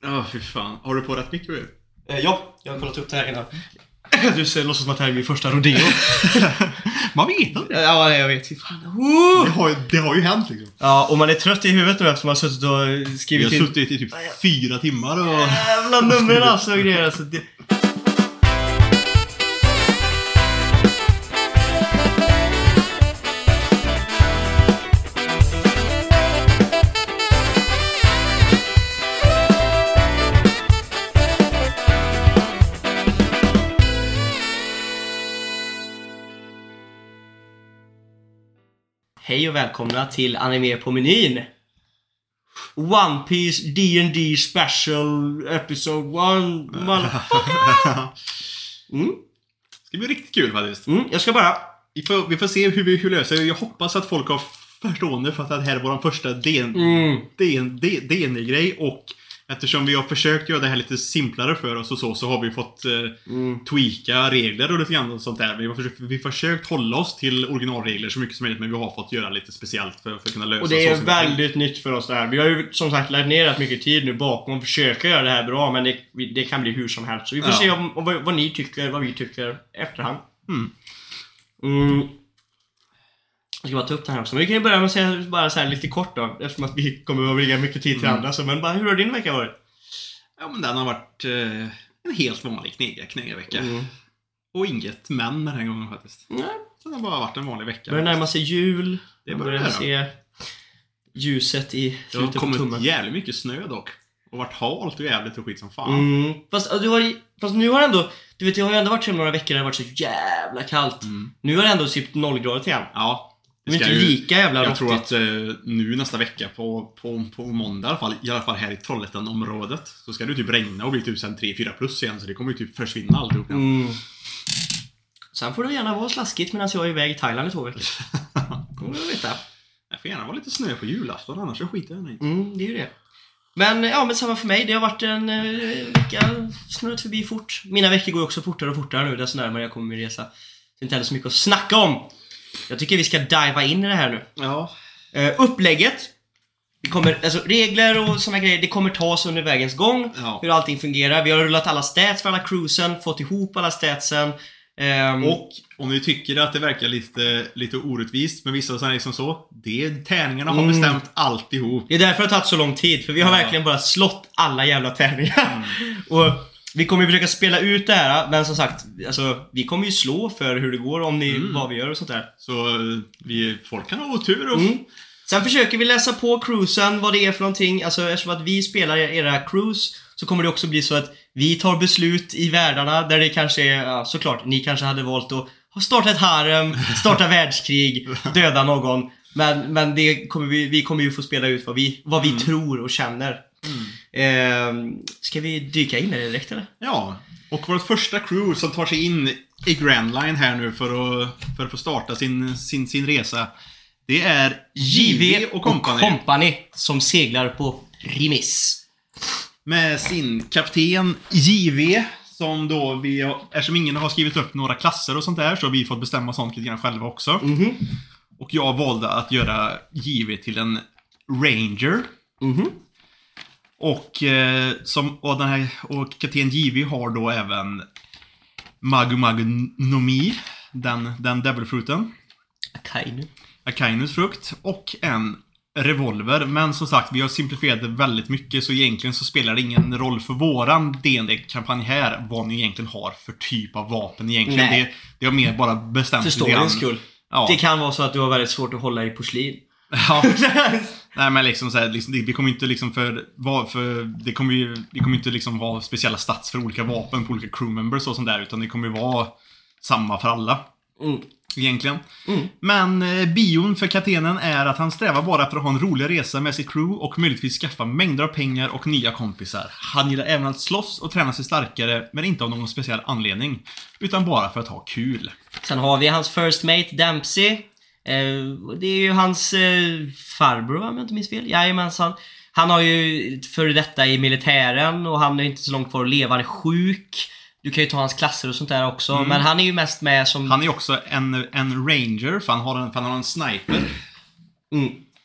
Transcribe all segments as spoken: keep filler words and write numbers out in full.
Ja, oh, fy fan. Har du på rätt mycket? Eh, ja, jag har kollat upp det här innan. Du ser låtsas som att det här är min första rodeo. Man vet inte. Ja, jag vet. Fy fan. Det har, ju, det har ju hänt liksom. Ja, och man är trött i huvudet nu eftersom man har suttit och skrivit till... Vi har suttit i typ fyra timmar och... Jävla numren alltså och grejer. Alltså, det... Hej och välkomna till Anime på menyn. One Piece D and D Special Episode one. Mm. Det ska bli riktigt kul faktiskt. Mm, jag ska bara... Vi får, vi får se hur vi hur löser det. Jag hoppas att folk har förstående för att det här är vår första D N D-grej. Och eftersom vi har försökt göra det här lite simplare för oss och så, så har vi fått eh, mm. tweaka regler och lite grann och sånt där. Vi har försökt, vi har försökt hålla oss till originalregler så mycket som möjligt, men vi har fått göra lite speciellt för, för att kunna lösa. Och det är väldigt nytt för oss där. Vi har ju som sagt lagt ner rätt mycket tid nu bakom och försöka göra det här bra, men det, det kan bli hur som helst. Så vi får ja. se om, om, vad, vad ni tycker, vad vi tycker efterhand. Mm. Mm. Jag ska bara ta upp det här också. Men vi kan ju börja med att säga bara så här lite kort då, eftersom att vi kommer att lägga mycket tid till mm. andra. Så, men bara, hur har din vecka varit? Ja, men den har varit eh, en helt vanlig knega, knega-vecka. Mm. Och inget men den här gången faktiskt. Nej. Så det har bara varit en vanlig vecka. Börjar närma sig jul. Det börjar se ljuset i slutet på tummen. Det har kommit jävligt mycket snö dock. Och varit halt och jävligt och skit som fan. Mm. Fast, du har, fast nu har det ändå... Du vet, jag har ju ändå varit några veckor där det har varit så jävla kallt. Mm. Nu har det ändå typ noll grader igen. Ja. Det är inte ju, lika jävla Jag rottigt. tror att eh, nu nästa vecka på, på, på måndag i alla, fall, i alla fall här i Trollhättan-området, så ska det typ regna och bli typ sen tre fyra plus igen. Så det kommer ju typ försvinna alltihop igen. Mm. Sen får det gärna vara slaskigt medan jag är iväg i Thailand i två veckor. Jag vet det. Jag får gärna vara lite snö på julafton, annars så skiter jag inte. Mm, det är ju det. Men ja, men samma för mig. Det har varit en eh, vecka snurrat förbi fort. Mina veckor går också fortare och fortare nu. Desto närmare jag kommer min resa. Det är inte heller så mycket att snacka om. Jag tycker vi ska diva in i det här nu. Ja. Uh, upplägget. Det kommer, alltså regler och såna grejer. Det kommer tas under vägens gång. Ja. Hur allting fungerar. Vi har rullat alla stats för alla cruisen. Fått ihop alla statsen. Um, och om ni tycker att det verkar lite, lite orättvist med vissa sådana liksom så, det tärningarna har mm. bestämt alltihop. Det är därför det har tagit så lång tid. För vi har ja. verkligen bara slått alla jävla tärningar. Mm. Och vi kommer ju försöka spela ut det här. Men som sagt, alltså, vi kommer ju slå för hur det går om ni, mm. vad vi gör och sånt där. Så vi, folk kan ha otur och... Mm. Sen försöker vi läsa på cruisen, vad det är för någonting. Alltså eftersom att vi spelar era cruise, så kommer det också bli så att vi tar beslut i världarna där det kanske är, ja, såklart, ni kanske hade valt att starta ett harem, starta världskrig, döda någon. Men, men det kommer vi, vi kommer ju få spela ut vad vi, vad vi mm. tror och känner. Mm. Eh, ska vi dyka in i det direkt eller? Ja, och vårt första crew som tar sig in i Grand Line här nu för att, för att få starta sin, sin, sin resa, det är J V och Company. och Company som seglar på Rimis. Med sin kapten J V, som då vi har, eftersom ingen har skrivit upp några klasser och sånt där, så har vi fått bestämma sånt lite grann själva också. Mm-hmm. Och jag valde att göra J V till en Ranger. Mm-hmm. Och, eh, som, och, den här, och kapten J V har då även Magu Magu no Mi, den, den Devilfrukten. Akainu. Akainus frukt. Och en revolver. Men som sagt, vi har simplifierat det väldigt mycket. Så egentligen så spelar det ingen roll för våran D and D-kampanj här vad ni egentligen har för typ av vapen egentligen. Det, det har mer bara bestämt. För storyns skull. Ja. Det kan vara så att du har väldigt svårt att hålla i porslin. Ja. Nej, men liksom så här, liksom, det, det kommer inte liksom för, för det kommer ju det kommer inte liksom vara speciella stats för olika vapen på olika crewmembers och sånt där, utan det kommer ju vara samma för alla. Mm. Egentligen. Mm. Men eh, bion för kaptenen är att han strävar bara för att ha en rolig resa med sitt crew och möjligtvis skaffa mängder av pengar och nya kompisar. Han gillar även att slåss och träna sig starkare, men inte av någon speciell anledning, utan bara för att ha kul. Sen har vi hans first mate Dempsey. Eh, det är ju hans eh, farbror, om jag inte minns fel. Jajamensan. Han har ju för detta i militären och han är inte så långt kvar att leva, han är sjuk. Du kan ju ta hans klasser och sånt där också. Mm. Men han är ju mest med som... Han är ju också en, en ranger, för han har en, för han har en sniper. Mm.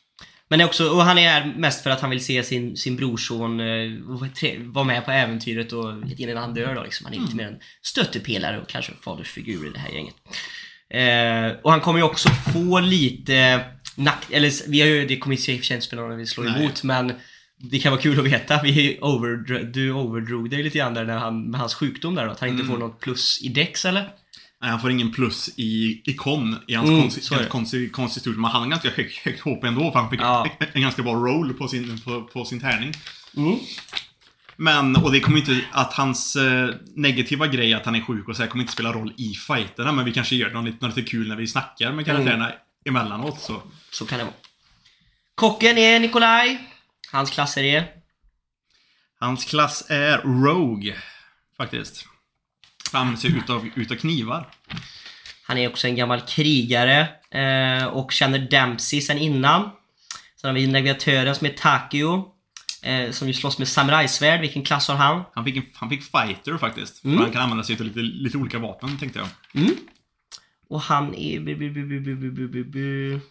Men är också, och han är här mest för att han vill se sin, sin brorson eh, vara med på äventyret och innan han dör då, liksom. Han är mm. lite mer en stöttepelare och kanske fadersfigur i det här gänget. Eh, och han kommer ju också få lite nack, eller vi har ju, det kommer inte känns spela när vi slår Nej. emot, men det kan vara kul att veta. Vi overdro- du overdrog dig lite grann där när han, med hans sjukdom där då, att han inte mm. får något plus i dex eller? Nej, han får ingen plus i, i kon i hans mm, konsti- konsti- konstitution. Men han har ganska högt hög H P ändå, för han fick ja. en, en ganska bra roll på sin, på, på sin tärning. Mm. Men, och det kommer inte att hans eh, negativa grej att han är sjuk och så här kommer inte spela roll i fighterna, men vi kanske gör något lite, något lite kul när vi snackar med karaktärerna mm. emellanåt. Så. så kan det vara. Kocken är Nikolaj. Hans klasser är? Hans klass är Rogue, faktiskt. Han använder sig utav, utav knivar. Han är också en gammal krigare eh, och känner Dempsey sen innan. Sen har vi navigatören som är Takio, eh, som ju slåss med samurajsvärd. Vilken klass har han? Han fick, en, han fick fighter faktiskt. Mm. För han kan använda sig av lite, lite olika vapen, tänkte jag. Mm. Och han är... Bu, bu, bu, bu, bu, bu, bu, bu.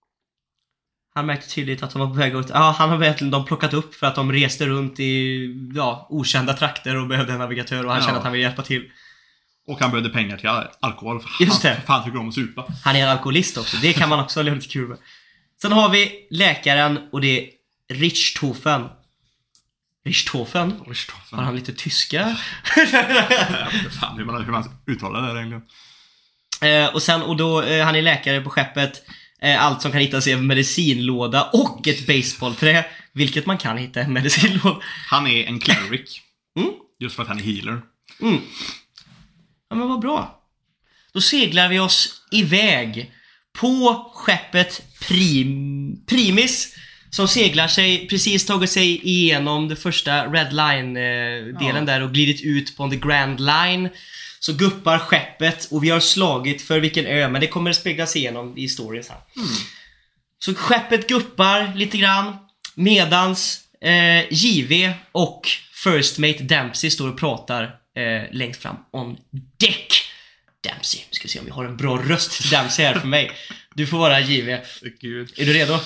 Han märkte tydligt att de var på väg ut. Ja, han har verkligen de plockat upp för att de reste runt i ja, okända trakter och behövde en navigatör, och han ja. kände att han ville hjälpa till. Och han behövde pengar till alkohol. Just det. Han, fan tycker om att supa. Han är en alkoholist också. Det kan man också ha lite kul med. Sen har vi läkaren, och det är Richthofen. Richthofen? Richthofen. Har han lite tyska? Jag vet inte fan hur man, hur man uttalar det egentligen. Eh, och sen, och då, eh, han är läkare på skeppet. Eh, allt som kan hittas i en medicinlåda och ett baseballträ. Vilket man kan hitta i en medicinlåda. Han är en cleric. Mm. Just för att han är healer. Mm. Ja, men vad bra. Då seglar vi oss iväg på skeppet Prim- Primis, som seglar sig, precis tagit sig igenom det första Red Line-delen ja. där och glidit ut på the Grand Line. Så guppar skeppet och vi har slagit för vilken ö, men det kommer att speglas igenom i storyn här. Mm. Så skeppet guppar lite grann medans eh, J V och First Mate Dempsey står och pratar eh, längst fram on deck. Dempsey, vi ska se om vi har en bra röst till Dempsey här för mig. Du får vara J V. Gud. Är du redo?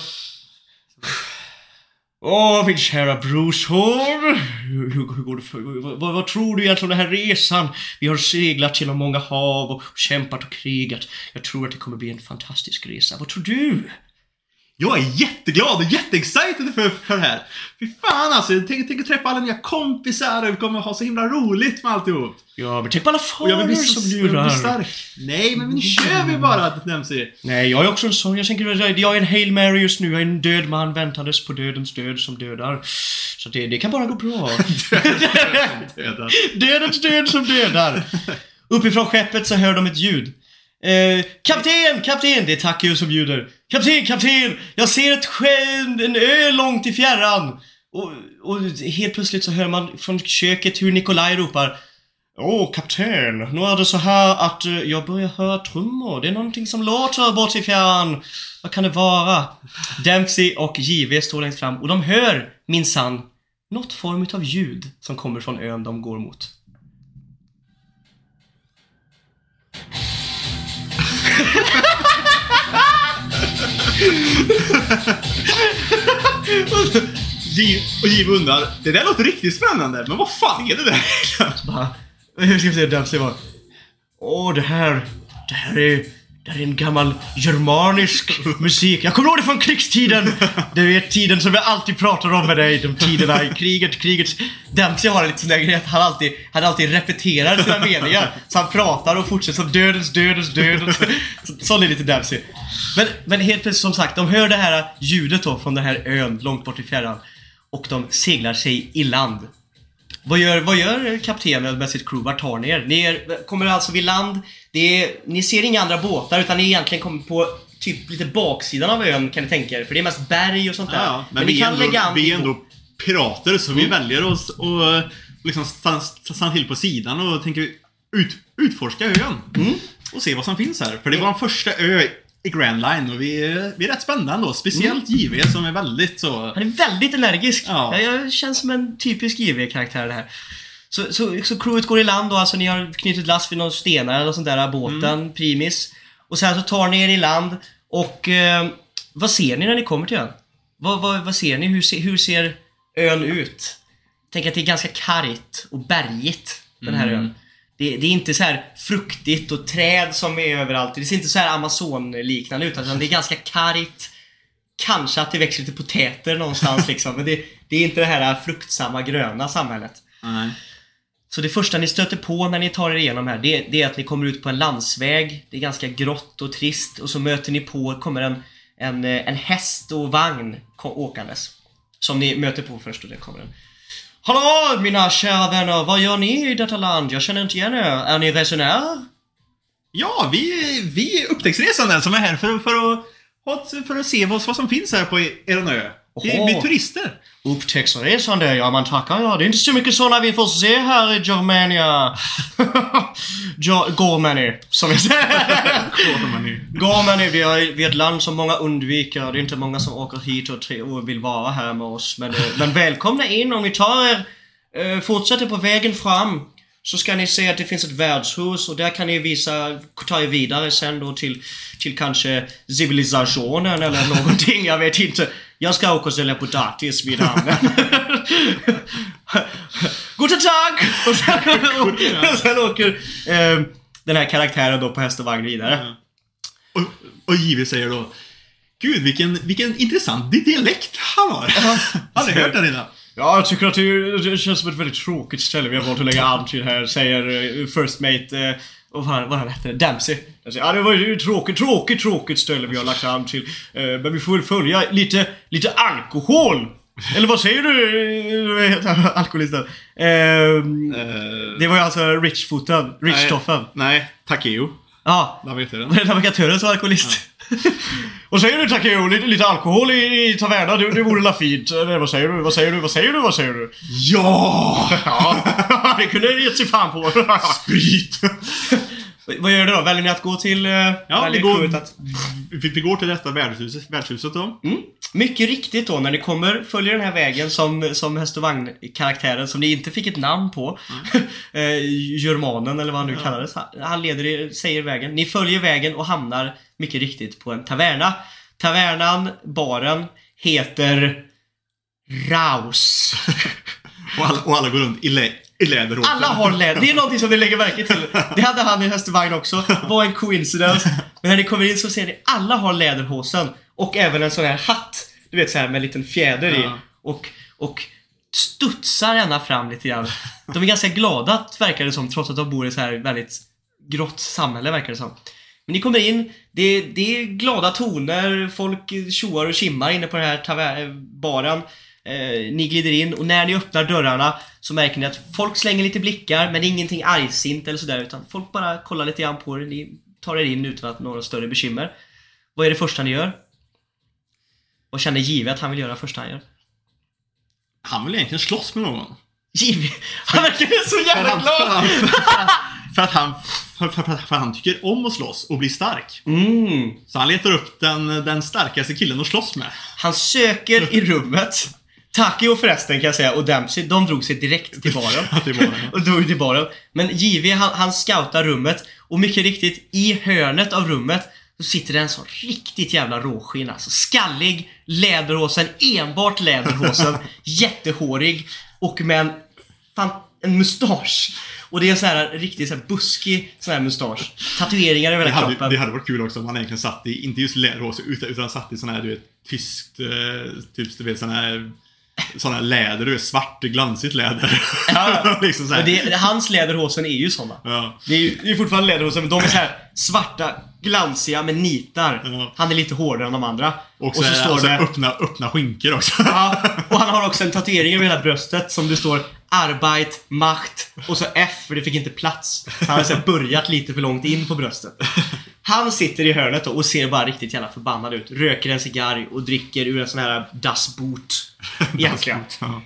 Åh, min kära brorson. Hur, hur, hur går det för, vad, vad tror du egentligen om den här resan? Vi har seglat genom många hav och kämpat och krigat. Jag tror att det kommer bli en fantastisk resa. Vad tror du? Jag är jätteglad och jätteexcited för, för det här. Fy fan alltså, jag tänker, tänker träffa alla nya kompisar och vi kommer ha så himla roligt med alltihop. Ja, men tänk på alla faror som lurar. Stark. Nej, men nu kör vi bara, Dempsey. Nej, jag är också en sån. Jag tänker, jag är en Hail Mary just nu. Jag är en död man väntades på dödens död som dödar. Så det, det kan bara gå bra. Dödens dödar. Dödens död som dödar. Uppifrån skeppet så hör de ett ljud. Eh, kapten, kapten, det är Takio som bjuder. Kapten, kapten, jag ser ett sken, en ö långt i fjärran. Och, och helt plötsligt så hör man från köket hur Nikolaj ropar: Åh, kapten, nu är det så här att uh, jag börjar höra trummor. Det är någonting som låter bort i fjärran. Vad kan det vara? Dempsey och J V står längst fram och de hör minsann något form av ljud som kommer från ön de går mot. Och Giv undrar, det där låter riktigt spännande, men vad fan är det där? Bara, hur ska vi se Dempsey var? Åh, det här, det här är, det här är en gammal germanisk musik. Jag kommer ihåg det från krigstiden. Det är tiden som vi alltid pratar om med dig. De tiderna i kriget, kriget. Dempsey har en liten sån där grej att han alltid, han alltid repeterar sina meningar. Så han pratar och fortsätter som dödens, dödens, dödens. Så, sån är lite Dempsey. Men, men helt plötsligt som sagt, de hör det här ljudet då från den här ön långt bort i fjärran. Och de seglar sig i land. Vad gör, vad gör kaptenen med sitt crew? Vart tar ni er? Ni är, kommer alltså vid land. Det är, ni ser inga andra båtar, utan ni egentligen kommer på typ lite baksidan av ön, kan ni tänka er. För det är mest berg och sånt där. Ja, men, men vi, kan ändå, lägga an vi är ändå pirater, så mm. vi väljer oss och liksom stanna, stanna till på sidan och tänker ut, utforska ön. Mm. Och se vad som finns här. För det var den första ö i Grand Line och vi är, vi är rätt spända ändå. Speciellt mm. J V som är väldigt så... Han är väldigt energisk. Ja. Jag, jag känns som en typisk J V-karaktär det här. Så, så, så crewet går i land och alltså ni har knutit last vid någon stenar eller sånt där, båten, mm. Primis. Och sen så tar ni er i land och eh, vad ser ni när ni kommer till ön? vad, vad, vad ser ni? Hur, ser, hur ser ön ut? Tänk att det är ganska kargt och bergigt, den här Mm. ön. Det, det är inte så här fruktigt och träd som är överallt. Det ser inte så här Amazon-liknande ut, utan det är ganska kargt. Kanske att det växer lite potäter någonstans liksom. Men det, det är inte det här fruktsamma gröna samhället. Nej. Så det första ni stöter på när ni tar er igenom här, det, det är att ni kommer ut på en landsväg. Det är ganska grått och trist. Och så möter ni på, kommer en, en, en häst och vagn åkandes. Som ni möter på först, och det kommer en. Hallå mina kära vänner, vad gör ni i detta land? Jag känner inte igen er. Är ni resenärer? Ja, vi, vi är upptäcktsresanden som är här för, för, att, för att se vad, vad som finns här på er ö. Vi, vi är turister. Upptäcktsresande, ja man tackar ja. Det är inte så mycket sådana vi får se här i Germania. Jo- Gormany, som jag säger. Gormany. Gormany, vi är, vi är ett land som många undviker. Det är inte många som åker hit och, tre, och vill vara här med oss. Men, men välkomna in, om ni tar er, eh, fortsätter på vägen fram, så ska ni se att det finns ett värdshus, och där kan ni visa, ta er vidare sen då till, till kanske civilisationen eller någonting, jag vet inte. Jag ska åka och sälja potatis vid hamnen. Guten Tag! Och sen, och sen åker eh, den här karaktären då på häst och vagn vidare. Ja. Och, och J V säger då: Gud, vilken, vilken intressant dialekt han har. Har ni hört den innan? Ja, jag tycker att det, det känns som ett väldigt tråkigt ställe vi har valt att lägga an till här, säger uh, First Mate, uh, och vad, vad han heter, Dempsey. Jag säger, ja, det var ju ett tråkigt, tråkigt, tråkigt ställe vi har lagt an till. Uh, men vi får väl följa lite, lite alkohol. Eller vad säger du, alkoholisten? Uh, uh, det var ju alltså Rich Foten, Rich Toffen. Nej, Takeo. Ja, Där vet du det är navigatören som alkoholist. Ja. Och säger du Takeo, lite, lite alkohol i, i taverna, det, det vore la fint. Eller vad säger du, vad säger du, vad säger du, vad säger du? Ja! Ja, det kunde det gett sig fan på. Sprit! Vad gör du då? Väljer ni att gå till... Ja, vi går, att... vi, vi går till detta värdshuset, värdshuset då. Mm. Mycket riktigt då, när ni kommer, följer den här vägen som, som häst och vagn-karaktären, som ni inte fick ett namn på. Mm. Germanen, eller vad han nu ja. kallades. Han leder er, säger vägen. Ni följer vägen och hamnar mycket riktigt på en taverna. Tavernan, baren, heter Raus. och, alla, och alla går runt i lä- I läderhosen. Alla har läder. Det är någonting som ni lägger märke till. Det hade han i hästvagn också. Det var en coincidence. Men när ni kommer in så ser ni alla har läderhosen. Och även en sån här hatt. Du vet, så här med en liten fjäder i. Ja. Och, och studsar ända fram lite grann. De är ganska glada, verkar det som. Trots att de bor i så här väldigt grått samhälle, verkar det som. Men ni kommer in. Det, det är glada toner. Folk tjoar och kimmar inne på den här taver- baren. Eh, ni glider in, och när ni öppnar dörrarna så märker ni att folk slänger lite blickar, men det är ingenting argsint eller sådär, utan folk bara kollar lite grann på er. Ni tar er in utan att några större bekymmer. Vad är det första ni gör? Vad känner J V att han vill göra första han gör? Han vill egentligen slåss med någon. J V, han verkar så jävla för glad. Han, för, han, för, att han, för, för, för, för han tycker om att slåss och bli stark. Mm. Så han letar upp den, den starkaste killen att slåss med. Han söker i rummet. Takeo förresten, kan jag säga, och Dempsey, de drog sig direkt till baren. till baren ja. Och drog till baren. Men J V, han, han scoutar rummet. Och mycket riktigt, i hörnet av rummet så sitter det en sån riktigt jävla råskinn. Alltså skallig, läderhosen, enbart läderhosen. Jättehårig. Och med en, fan, en mustasch. Och det är så här riktigt så här buskig sån här mustasch. Tatueringar över hela kroppen. Det hade varit kul också om han egentligen satt i, inte just läderhås, utan, utan satt i sån här, du vet, tyskt, eh, typ, du vet, sån här, sån här läder, du vet, svart, glansigt läder. Ja, liksom så här. Det, hans läderhosen är ju såna. Ja. Det är ju det är fortfarande läderhosen, men de är så här svarta, glansiga med nitar. Ja. Han är lite hårdare än de andra. Och så, och så står alltså, det öppna, öppna skinkor också. Ja, och han har också en tatuering över hela bröstet som det står Arbeit, Macht och så F, för det fick inte plats. Han har så här börjat lite för långt in på bröstet. Han sitter i hörnet då och ser bara riktigt jävla förbannad ut. Röker en cigarr och dricker ur en sån här Das Boot. Egentligen. Ja.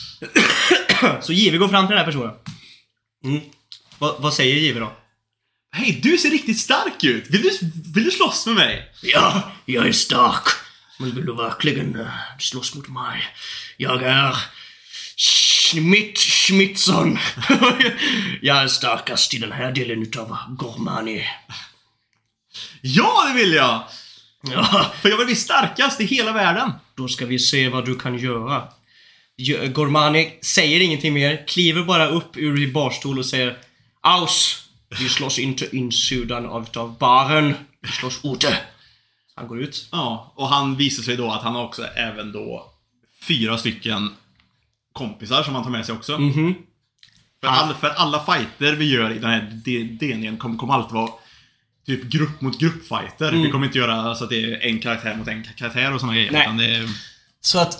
Så J V går fram till den här personen. Mm. Vad, vad säger J V då? Hej, du ser riktigt stark ut. Vill du, vill du slåss med mig? Ja, jag är stark. Men vill du verkligen uh, slåss mot mig? Jag är Schmidt Schmidtsson. Jag är starkast i den här delen utav Gormany. Ja, det vill jag. Ja. För jag vill bli starkast i hela världen. Då ska vi se vad du kan göra. Gormani säger ingenting mer, kliver bara upp ur i barstol och säger: Aus! Vi slåss inte insidan av, av baren. Vi slåss ute. Han går ut. Ja, och han visar sig då att han har också även då fyra stycken kompisar som han tar med sig också. Mhm. För, all, för alla fighter vi gör i den här D N N kommer, kommer alltid vara typ grupp mot gruppfighter. Mm. Vi kommer inte göra så att det är en karaktär mot en karaktär och såna grejer. Nej. Utan det är... Så att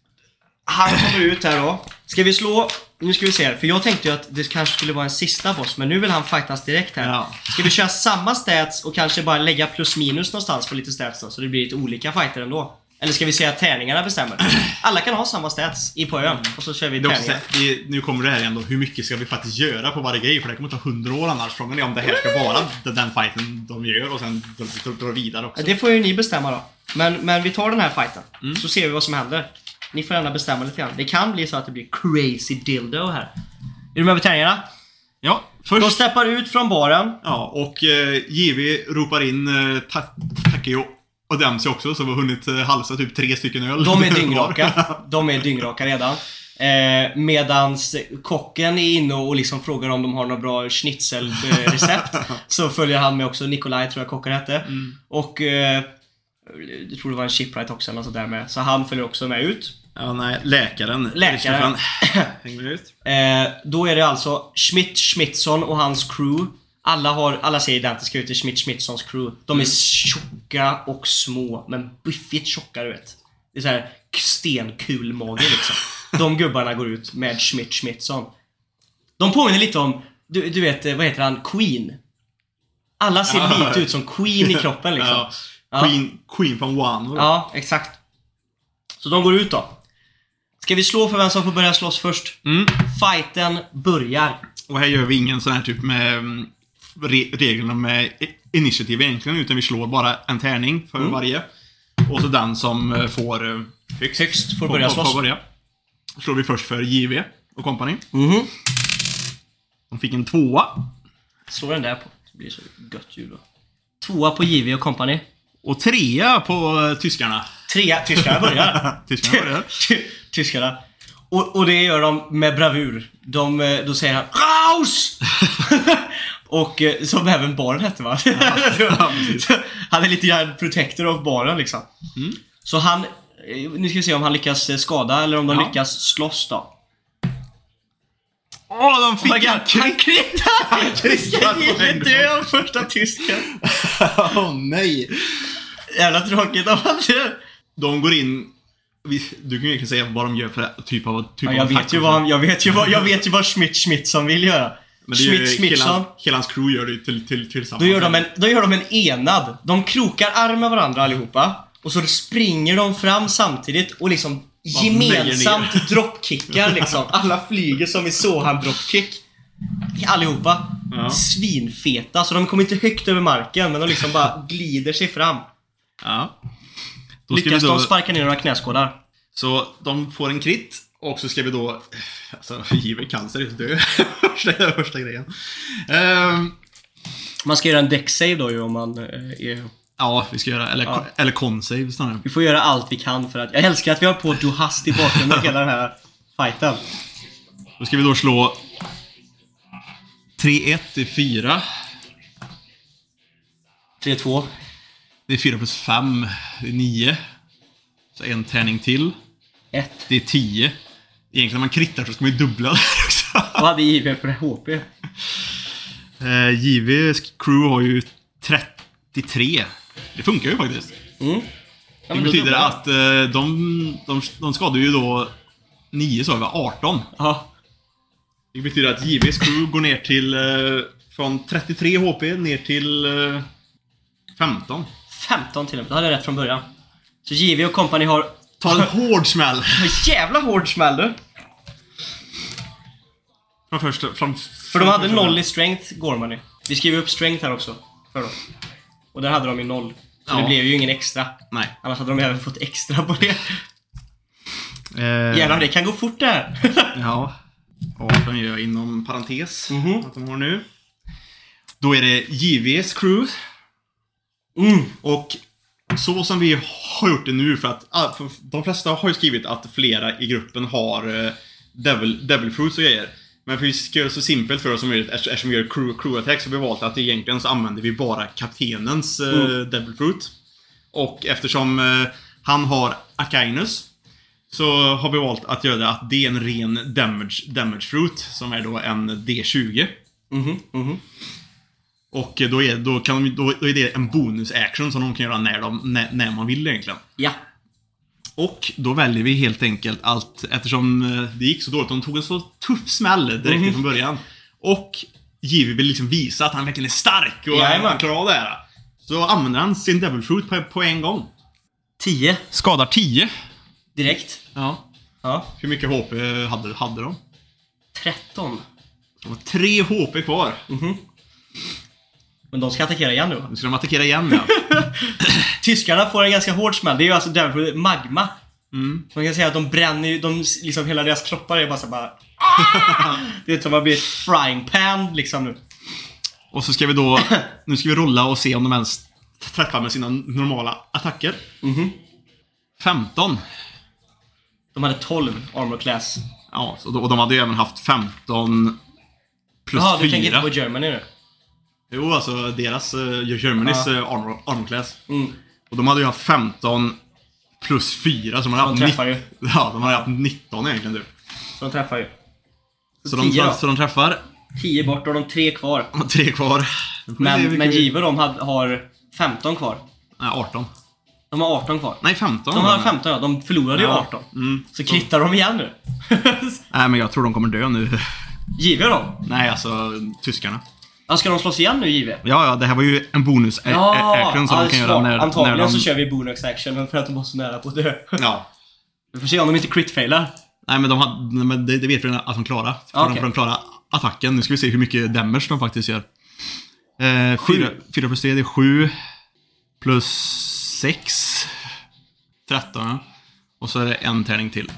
han kommer ut här då. Ska vi slå... Nu ska vi se här. För jag tänkte ju att det kanske skulle vara en sista boss. Men nu vill han fightas direkt här. Ja. Ska vi köra samma stats och kanske bara lägga plus minus någonstans för lite stats då, så det blir lite olika fighter ändå? Eller ska vi säga att tärningarna bestämmer? Alla kan ha samma stats i på ön. Och så kör vi Det är också, tärningar. det, nu kommer det här igen då. Hur mycket ska vi faktiskt göra på varje grej? För det kommer ta hundra år annars. Frågan är om det här ska vara den, den fighten de gör och sen dra vidare också. Det får ju ni bestämma då. Men, men vi tar den här fighten. Mm. Så ser vi vad som händer. Ni får gärna bestämma lite grann. Det kan bli så att det blir crazy dildo här. Är du med på tärningarna? Ja, först... De steppar ut från baren. Ja, och eh, J V ropar in eh, ta- Takeo och Dempsey också, som har hunnit eh, halsa typ tre stycken öl. De är dyngraka. De är dyngraka redan. Eh, medans kocken är inne och liksom frågar om de har några bra schnitzelrecept. Så följer han med också. Nikolaj tror jag kocken hette. Mm. Och eh, jag tror det var en shipwright också eller något där med. Så han följer också med ut. Ja, nej, läkaren. Läkaren. Hänger ut. Eh, då är det alltså Schmidt Schmidtsson och hans crew. Alla, har, alla ser identiska ut i Schmidt Schmidtssons crew. De är tjocka och små, men biffigt tjocka, du vet. Det är så här stenkulmage liksom. De gubbarna går ut med Schmidt Schmidtsson. De påminner lite om, du, du vet, vad heter han? Queen. Alla ser Ja. lite ut som Queen i kroppen liksom. Ja. Ja. Queen, Queen från One. Ja, exakt. Så de går ut då. Ska vi slå för vem som får börja slåss först? Mm. Fighten börjar. Och här gör vi ingen sån här typ med mm, re- reglerna med i- initiativ egentligen, utan vi slår bara en tärning för Mm. varje. Och så den som eh, får eh, högst, Högst får börja slåss. Får börja. Då slår vi först för J V och company. Mhm. De fick en tvåa. Slå den där på. Det blir så gött ljud då. Tvåa på J V och company. Och trea på eh, tyskarna. Trea. Tyskarna börjar. Tyskarna börjar. Ty- Tyskarna. Och, och det gör de med bravur. De, eh, då säger han Raus! Och eh, som även baren hette, va? Ja, precis. Han är lite grann protector av baren liksom. Mm. Så han, eh, nu ska vi se om han lyckas eh, skada eller om de Ja. lyckas slåss då. Åh, de fick Oh my God, en han kritar! Han kritar på kritar en dö av första tysken. Åh nej. Jävla tråkigt om han dör. De går in. vi- Du kan ju egentligen säga vad de gör för typ av typ Ja, av jag, vet attack ju också. vad, han- jag vet ju vad jag vet ju vad Schmidt Schmidtsson vill göra. Men det är ju Schmidt Schmidtsson. hela, hela hans crew gör det ju till, till, tillsammans. Då gör, de en, då gör de en enad. De krokar arm med varandra allihopa. Och så springer de fram samtidigt och liksom Bara gemensamt mejer dropkickar liksom. Alla flyger som i Sohan dropkick. Allihopa. Ja. Svinfeta. Så de kommer inte högt över marken, men de liksom bara glider sig fram. Ja. Då ska Lyckas vi då, de sparka ner några knäskålar. så de får en krit. Och så ska vi då... Alltså, giver cancer är dö. första, första grejen. Ehm, Man ska göra en deck save då ju om man eh, är... ja, vi ska göra... Eller, Ja. eller con-save snarare. Vi får göra allt vi kan för att... Jag älskar att vi har på Duhast i bakgrunden hela den här fighten. Då ska vi då slå... tre ett till fyra. tre två. Det är fyra plus fem. Det är nio. Så en tärning till. ett. Det är tio. Egentligen om man krittar så ska man ju dubbla det också. Vad hade I V för H P? Eh, J V:s crew har ju trettiotre. Det funkar ju faktiskt. Mm. Ja, Det men då betyder dubblar jag. att eh, de, de, de skadar ju då nio så över arton. Ja. Det betyder att J V:s crew går ner till eh, från trettiotre H P ner till eh, femton. femton till och med. Då hade jag rätt från början. Så J V och company har... Ta en hård smäll. Jävla hård smäll du. Från första, från, För de hade noll i strength, Gormany. Vi skriver upp strength här också. För dem. Och där hade de ju noll. Så Ja. det blev ju ingen extra. Nej. Annars hade de även fått extra på det. Eh, Jävlar, det kan gå fort där. Ja. arton gör jag inom parentes. Mhm. Att de har nu. Då är det J V:s crew. Mm. Och så som vi har gjort det nu, för att för de flesta har ju skrivit att flera i gruppen har uh, devil, devil fruits och grejer. Men för vi ska göra det så simpelt för oss som möjligt, eftersom vi gör crew, crew attack, så vi har valt att egentligen så använder vi bara kaptenens uh, mm. devil fruit. Och eftersom uh, han har Acainus, så har vi valt att göra det att det är en ren damage, damage fruit, som är då en D tjugo. Mhm, mhm. Och då är, då, kan de, då är det en bonus action som de kan göra när, de, när, när man vill egentligen. Ja. Och då väljer vi helt enkelt allt, eftersom det gick så dåligt. De tog en så tuff smäll direkt mm-hmm. från början. Och Givi vill liksom visa att han verkligen är stark och Jajamän. han klarar av det här. Så använder han sin Devil Fruit på, på en gång. tio. Skadar tio. Direkt. Ja. Ja. Hur mycket H P hade, hade de? tretton. De har tre H P kvar. Mhm. Men de ska attackera igen nu. Nu ska de attackera igen, ja. Tyskarna får en ganska hård smäll. Det är ju alltså därför magma. Mm. Man kan säga att de bränner ju, de, liksom hela deras kroppar är bara så bara det är som att bli ett frying pan liksom nu. Och så ska vi då, nu ska vi rulla och se om de ens träffar med sina normala attacker. Mhm. femton. De hade tolv armor class. Ja, så då, och de hade ju även haft femton plus Jaha, fyra. du tänker inte på Germany nu? Jo, alltså deras uh, Germanys uh, armor, armor class. Mm. Och de hade ju haft femton plus fyra, så de hade de haft träffar ju. Ja, de hade haft nitton egentligen du. Så de träffar ju. Så, så, de, tio, så de träffar. tio bort och de tre kvar. De har tre kvar. Men, men Giver de har, har femton kvar. Nej, arton. De har arton kvar. Nej, femton. De har femton, ja. De förlorade ja. ju arton. Mm. Så kvittar de igen nu. Nej, men jag tror de kommer dö nu. Giver de? Nej, alltså tyskarna. Ja, ska de slåss igen nu, Giver? Ja, ja, det här var ju en bonus ja, action som de kan göra när, antagligen när de... så kör vi bonus action, men för att de var så nära på att dö. Ja. Vi får se om de inte crit-failar. Nej, men de hade, men det, det vet vi att de klarar. För okay. de, de klarar attacken. Nu ska vi se hur mycket damage de faktiskt gör. Eh, fyra, fyra plus tre, det är sju. Plus sex. tretton. Och så är det en tärning till.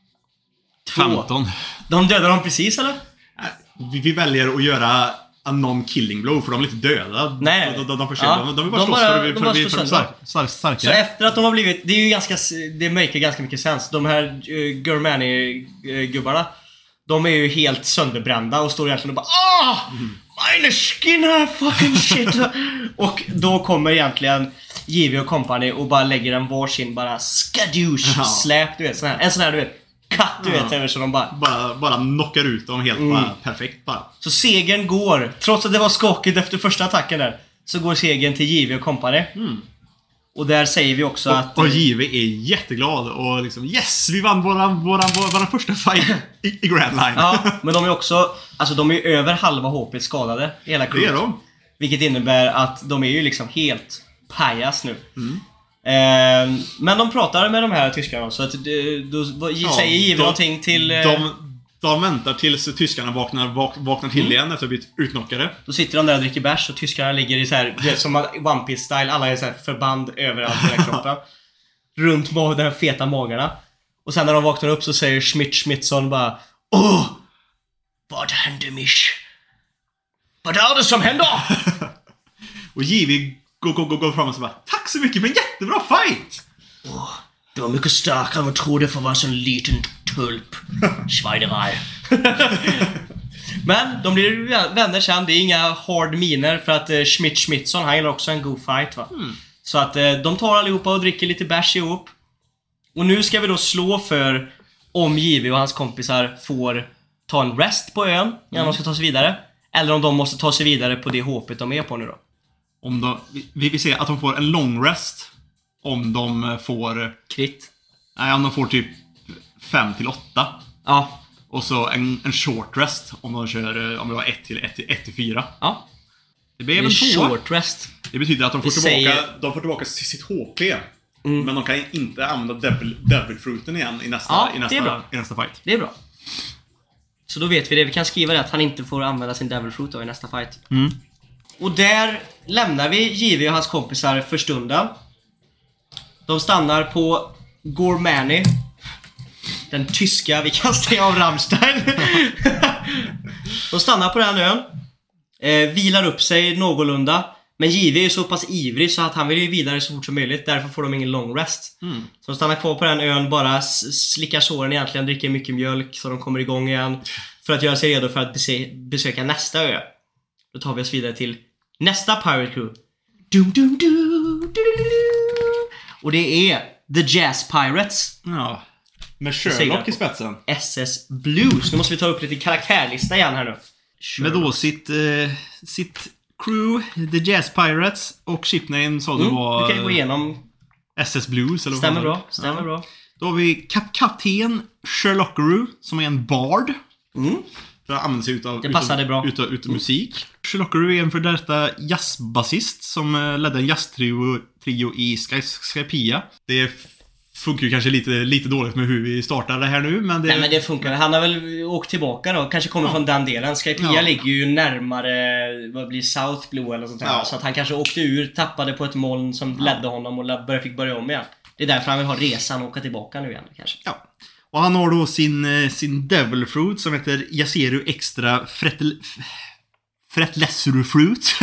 Två. femton. De dödar dem precis, eller? Vi, vi väljer att göra a non-killing blow, för de är lite döda. Nej. De, de, de, de, ja. de, de är bara de slåss bara, för, de för, för, för, för stark, stark, starkare. Så efter att de har blivit, det är ju ganska, det make ganska mycket sens. De här uh, Germani-gubbarna, de är ju helt sönderbrända och står egentligen och bara ah, mm. Meine skinner fucking shit. Och då kommer egentligen Givi och company och bara lägger en varsin bara skadouche ja. släp, du vet, sån här, en sån här, du vet, katt, du vet, över så de bara bara, bara knockar ut dem helt mm. bara perfekt bara. Så segern går, trots att det var skakigt efter första attacken där, så går segern till Givi och company. Mm. Och där säger vi också och, att och Givi är jätteglad och liksom yes, vi vann våran våran våran första fight i, i Grand Line. Ja, men de är också, alltså de är över halva H P skadade i hela crew. Det är de. Vilket innebär att de är ju liksom helt pajas nu. Mm. Eh, men de pratar med de här tyskarna, så att då, då ja, säger Givi någonting till eh, de, de väntar tills tyskarna vaknar, vak, vaknar till mm. igen efter att ha blivit utnockade. Då sitter de där och dricker bärs och tyskarna ligger i så här, det är som One Piece style, alla är så här förband överallt i den kroppen. Runt med de här feta magarna. Och sen när de vaknar upp så säger Schmidt Schmidtsson bara åh, vad händer mish? Vad är det som händer? Och Givi går, går, går, går fram och så bara tack så mycket för en jättebra fight! Åh, det var mycket starkare än jag trodde för att vara en sån liten tulp. Schweinerei. Men de blir vänner sen. Det är inga hard miner för att eh, Schmidt Schmidtsson, han gillar också en god fight, va? Mm. Så att eh, de tar allihopa och dricker lite bärs ihop. Och nu ska vi då slå för om Givi och hans kompisar får ta en rest på ön innan mm. de ska ta sig vidare. Eller om de måste ta sig vidare på det hoppet de är på nu då. Om de, vi vill se att de får en long rest. Om de får krit. Nej, om de får typ fem till åtta. Ja. Och så en, en short rest om de kör, om det var ett till ett till ett till fyra. Ja. Det blir en short rest. Det betyder att de får det tillbaka säger... de får tillbaka sitt H P. Mm. Men de kan inte använda devil, devil fruiten igen i nästa ja, i nästa det är bra. i nästa fight. Det är bra. Så då vet vi det. Vi kan skriva det att han inte får använda sin devil fruit då i nästa fight. Mm. Och där lämnar vi Givi och hans kompisar för stunden. De stannar på Gormani, den tyska vikasten av Rammstein. De stannar på den ön, eh, vilar upp sig någorlunda, Men J V är ju så pass ivrig så att han vill ju vidare så fort som möjligt. Därför får de ingen long rest. Mm. Så de stannar kvar på den ön, bara slickar såren egentligen, dricker mycket mjölk så de kommer igång igen. För att göra sig redo för att bese- besöka nästa ö. Då tar vi oss vidare till nästa Pirate Crew. Dum, dum, dum, dum, dum. Och det är The Jazz Pirates. Ja. Med Sherlock i spetsen. S S Blues. Nu måste vi ta upp lite karaktärlista igen här nu. Med då sitt, eh, sitt crew, The Jazz Pirates, och shipname sa du Mm, var... vi kan gå igenom. S S Blues, eller vad Stämmer fan bra, stämmer ja. bra. Då har vi kap- kapten Sherlockaroo, som är en bard. Mm. För att använda sig utav, Det passade utav, bra. utav, utav musik. Sherlockaroo är en för detta jazzbasist som uh, ledde en jazztrio trio i Sky- Skypia. Det f- funkar ju kanske lite, lite dåligt med hur vi startar det här nu, men det... Nej men det funkar. Han har väl åkt tillbaka då. Kanske kommer Ja. från den delen. Skypia Ja. ligger ju närmare, vad blir South Blue eller sånt där. Ja. Så att han kanske åkte ur, tappade på ett moln som ledde honom och började, fick börja om igen. Det är därför han vill ha resan och åka tillbaka nu igen kanske. Ja. Och han har då sin, eh, sin Devil Fruit som heter Yaseru Extra Fretel... Fretlessuru Fruit.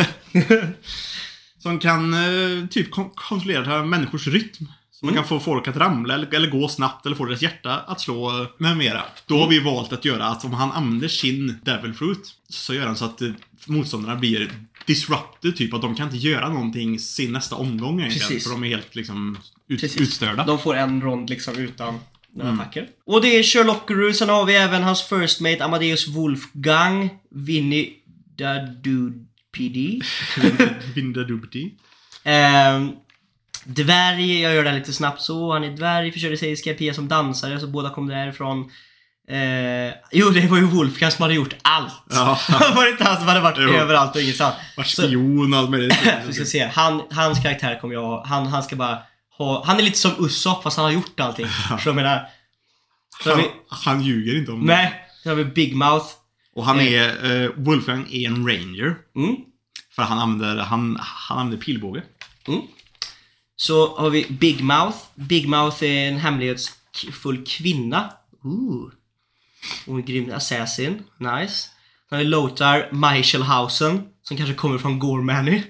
Som kan eh, typ kon- kontrollera människors rytm. Så man kan få folk att ramla eller, eller gå snabbt eller få deras hjärta att slå med mera. Då har vi valt att göra att om han använder sin Devil Fruit så gör han så att eh, motståndarna blir disrupted, typ att de kan inte göra någonting sin nästa omgång egentligen. Precis. För de är helt liksom ut, Precis. utstörda. De får en rond liksom utan några attacker. Och det är Sherlockaroo. Sen har vi även hans first mate Amadeus Wolfgang, Vinny Dadu P D. Vindadubti. Ehm, dvärg, jag gör det lite snabbt så. Han är dvärg, försökte säga Skypia som dansare, så båda kom därifrån. Ehm, jo, det var ju Wolfgang som hade gjort allt. Ja. Var det inte han som hade varit Jo. överallt och ingenstans? Vart spion och allt möjligt. Vi ska se, han, hans karaktär kommer jag ha. Han, han ska bara ha, han är lite som Usopp fast han har gjort allting. Så jag menar, så har Han, vi, han ljuger inte om det. nej, så har vi Big Mouth. Och han är, uh, Wolfgang är en ranger. Mm. För han använder, han, han använder pilbåge. Mm. Så har vi Big Mouth. Big Mouth är en hemlighetsfull kvinna. Ooh. Och en grym assassin. Nice. Sen har vi Lothar Michelhausen, som kanske kommer från Gormany.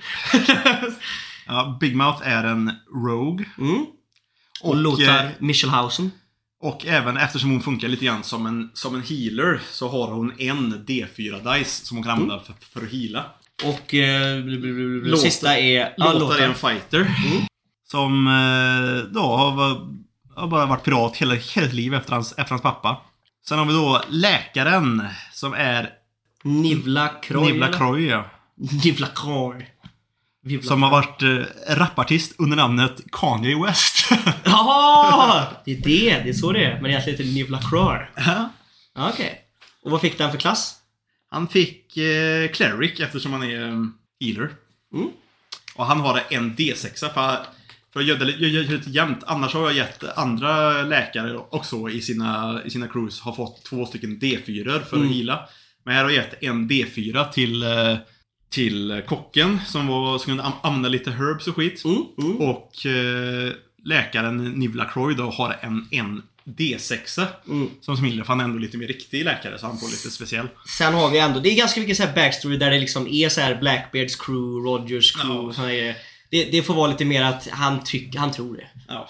Ja, Big Mouth är en rogue. Mm. Och, Och, Lothar eh, Michelhausen. Och även eftersom hon funkar lite grann som en, som en healer så har hon en D fyra dice som hon kan använda för, för att heala. Och eh, Lothar- sista är ja, Lothar är en fighter. Mm. Som eh, då har, har bara varit pirat hela, hela sitt liv efter hans, efter hans pappa. Sen har vi då läkaren som är Nivla Kroy. Nivla eller? Kroy, ja. Nivla Kroy. Nivla Som har varit eh, rapartist under namnet Kanye West. Ja, det är det. Det är så det är. Men egentligen heter det Nivla Kroy. Ja. Ja, okej. Och vad fick den för klass? Han fick eh, Cleric eftersom han är um, healer. Mm. Och han har en D sex för, för att göra det lite, göra det lite jämnt. Annars har jag gett andra läkare också i sina, i sina crews har fått två stycken D fyra för Mm. att heala. Men här har jag gett en D fyra till, eh, till kocken som, var, som kunde använda lite herbs och skit. Mm. Mm. Och eh, läkaren Nivla Kroy då har en, en D sex Mm. som healer, för han är ändå lite mer riktig läkare så han får lite speciell. Sen har vi ändå, det är ganska mycket så här backstory där det liksom är så här Blackbeards crew, Rogers crew, Ja. såna här, det, det får vara lite mer att han tycker, han tror det. Ja.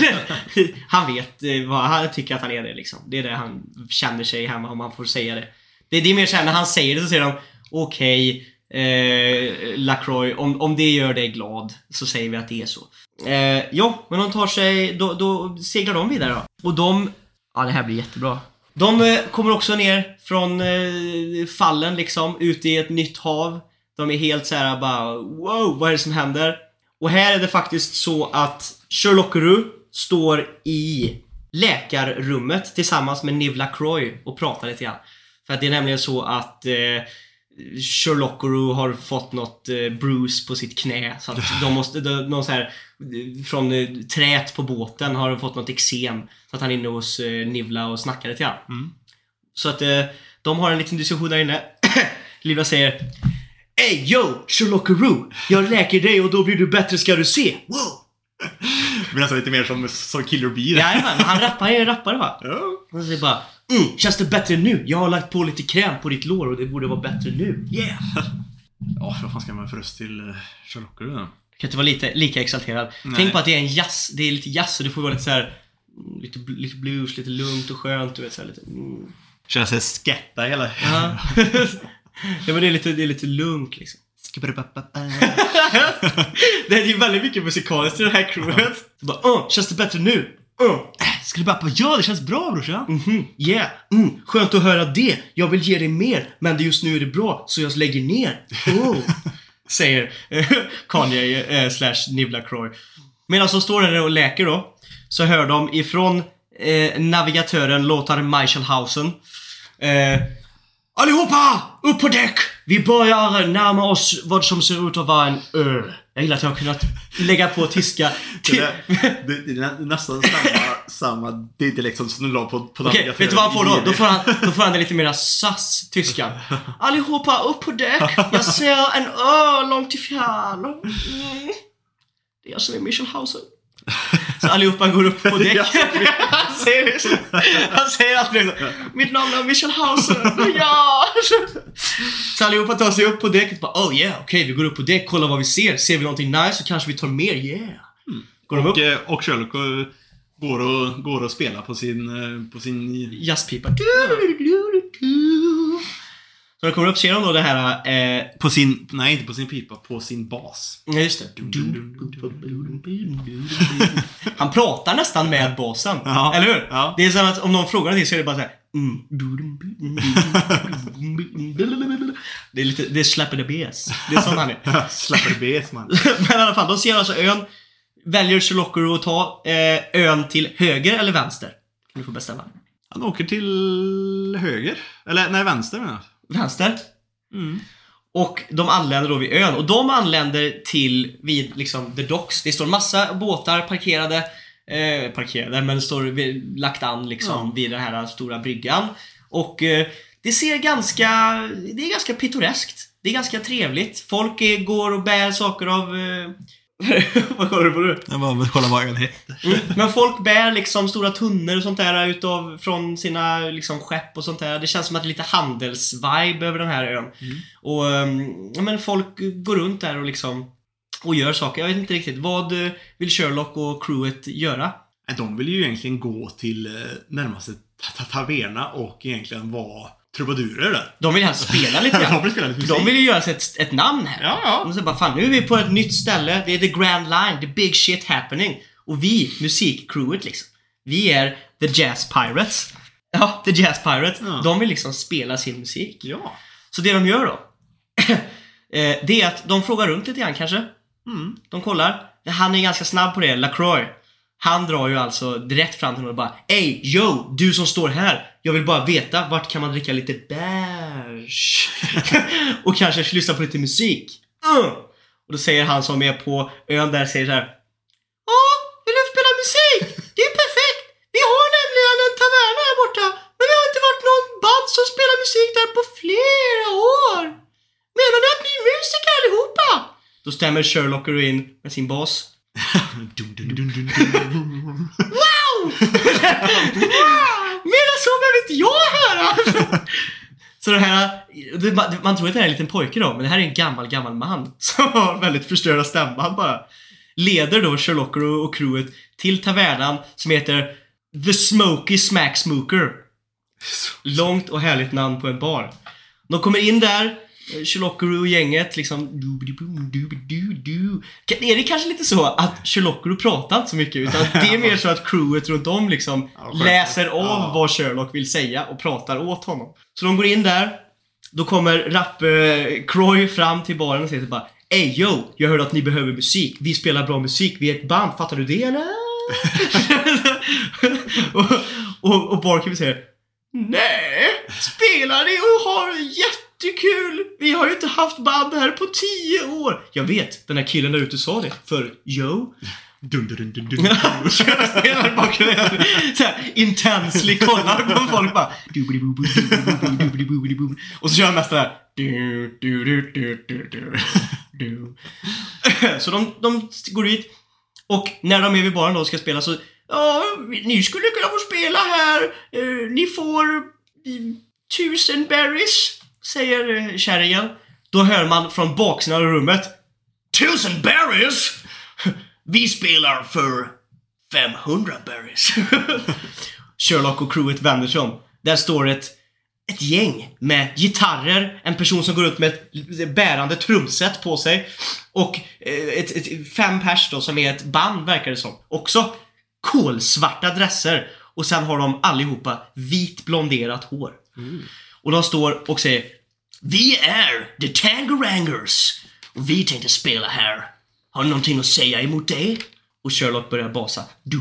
Han vet eh, vad, han tycker att han är det liksom. Det är det han känner sig hemma om man får säga det. Det, det är mer så här, när han säger det så säger de okej, eh, Lacroix, om, om det gör dig glad så säger vi att det är så. Eh, ja, men de tar sig, då, då seglar de vidare då. Och de, ja det här blir jättebra. De eh, kommer också ner från eh, fallen liksom, ut i ett nytt hav. De är helt så här bara, wow, vad är det som händer? Och här är det faktiskt så att Sherlockaroo står i läkarrummet tillsammans med Nivla Kroy och pratar lite grann. För att det är nämligen så att eh, Sherlockaroo har fått något eh, bruise på sitt knä. Så att de måste, de, någon så här, eh, från eh, trät på båten har fått något eksem. Så att han är inne hos eh, Nivla och snackar lite grann. Mm. Så att eh, de har en liten diskussion där inne. Nivla säger: Hey yo, Sherlockaroo, jag läker dig och då blir du bättre, ska du se. Wow. Men alltså lite mer som, som Killer Bee. Jajamän, han rappar, han är rappare va? Ja. Han säger bara, mm, känns det bättre nu? Jag har lagt på lite kräm på ditt lår och det borde vara bättre nu. Yeah. Ja, vad fan ska man för röst till uh, Sherlock då? Kan inte vara lite, lika exalterad. Nej. Tänk på att det är en jazz. Det är lite jazz och det får vara lite så här, lite, lite blues, lite lugnt och skönt. Du vet, så här, lite... Mm. Känns det skätta hela... Ja. Ja, men det är lite, det är lite lugnt liksom. Det är ju väldigt mycket musikaliskt i det här crewet. Så bara, uh, känns det bättre nu? Uh. Skulle bara, ja, det känns bra, brorsan. Mm-hmm. Yeah, mm. Skönt att höra det. Jag vill ge dig mer, men det just nu är det bra, så jag lägger ner. Oh. Säger eh, Kanye eh, slash Nibla Croy. Medan de står där och läker då, så hör de ifrån eh, navigatören Lothar Meichelhausen. Eh, Allihopa, upp på däck! Vi börjar närma oss vad som ser ut att vara en öl. Jag gillar att jag har kunnat lägga på tyska. Det, där, det, det är nästan samma, samma dialekt som du la på, på Okej, vet du vad han får då? Då får han, då får han det lite mer sass, tyskan. Allihopa, upp på däck! Jag ser en öl långt i fjärran. Mm. Det är jag som är Michelhausen. Så allihopa går upp på däck. Han säger det så. Han säger alltid så. Mitt namn är Michelhausen. Ja. Så allihopa tar sig upp på däcket. Bara, oh yeah, okej, okay, vi går upp på däck. Kolla vad vi ser. Ser vi någonting nice så kanske vi tar mer. Yeah. Mm. Går de upp? Och, och Sherlock går och, går och spelar på sin, på sin... jazzpipa. Så de kommer upp, ser de då det här... Eh... På sin... Nej, inte på sin pipa. På sin bas. Ja, just det. Han pratar nästan med basen. Ja. Eller hur? Ja. Det är så att om någon frågar någonting så är det bara så här... Mm. Det är lite... Det är släpper det bes. Det är sån han är. Släpper det bes, man. Men i alla fall, de ser alltså ön. Väljer Sherlock att ta eh, ön till höger eller vänster. Kan du få bestämma. Han åker till höger. Eller, nej, vänster menar jag. Vänster. Mm. Och de anländer då vid ön. Och de anländer till vid liksom the docks. Det står massa båtar parkerade. Eh, parkerade, men det står vid, lagt an liksom ja. Vid den här stora bryggan. Och eh, det ser ganska... Det är ganska pittoreskt. Det är ganska trevligt. Folk är, går och bär saker av... Eh, vad kollar du på nu? Jag bara vill kolla vad den heter. Mm. Men folk bär liksom stora tunnor och sånt där utav, från sina liksom skepp och sånt där. Det känns som att det är lite handelsvibe över den här ön. Mm. Och ja, men folk går runt där och liksom och gör saker. Jag vet inte riktigt. Vad vill Sherlock och crewet göra? De vill ju egentligen gå till närmaste taverna och egentligen vara trubadurer där. De vill helst spela lite grann. de, vill spela lite de vill ju göra sig ett, ett namn här. Ja, ja. De säger bara, fan, nu är vi på ett nytt ställe. Det är the grand line, the big shit happening. Och vi, musikcrewet liksom, vi är the jazz pirates. Ja, the jazz pirates. Ja. De vill liksom spela sin musik. Ja. Så det de gör då det är att de frågar runt lite grann kanske. Mm. De kollar. Han är ganska snabb på det, Lacroix. Han drar ju alltså direkt fram till honom och bara, ey, yo, du som står här, jag vill bara veta vart kan man dricka lite bärs och kanske lyssna på lite musik. Mm. Och då säger han som är på ön där, säger så här, ja, vill du spela musik? Det är perfekt. Vi har nämligen en taverna här borta, men det har inte varit någon band som spelar musik där på flera år. Menar ni att ni är musiker allihopa? Då stämmer Sherlock in med sin bas. Wow! Mer så behöver inte jag höra. Så det här, man tror att det här är en liten pojke då, men det här är en gammal, gammal man som har väldigt förstörda stämman bara. Leder då Sherlock och crewet till tavernan som heter The Smoky Smack Smoker. Långt och härligt namn på en bar. De kommer in där, Sherlock och gänget liksom. Är det kanske lite så att Sherlock pratar inte så mycket, utan det är mer så att crewet runt om liksom läser av ja. Vad Sherlock vill säga och pratar åt honom. Så de går in där. Då kommer Rapp eh, Croy fram till baren och säger bara, ey yo, jag hörde att ni behöver musik. Vi spelar bra musik, vi är ett band, fattar du det eller? och, och, och Barkeep säger, nej, spelar ni och har jättekul. Vi har ju inte haft band här på tio år. Jag vet, den här killen där ute sa det. För, yo. Dun, dun, dun, dun, dun. Så här, intensely kollar på folk bara. Och så kör han mest det här. Så de, de går dit. Och när de är vid baren då och ska spela så, ja, ni skulle kunna få spela här. Uh, ni får uh, tusen berries, säger uh, kärringen. Då hör man från baksidan av rummet: Tusen berries! Vi spelar för femhundra berries. Sherlock och crewet vänder sig om. Där står ett, ett gäng med gitarrer, en person som går ut med ett bärande trumset på sig och ett, ett, fem pers då, som är ett band, verkar det som. Också kolsvarta dresser. Och sen har de allihopa vit blonderat hår. Mm. Och de står och säger: Vi är The Tangorangers och vi tänkte spela här. Har ni någonting att säga emot det? Och Sherlock börjar basa.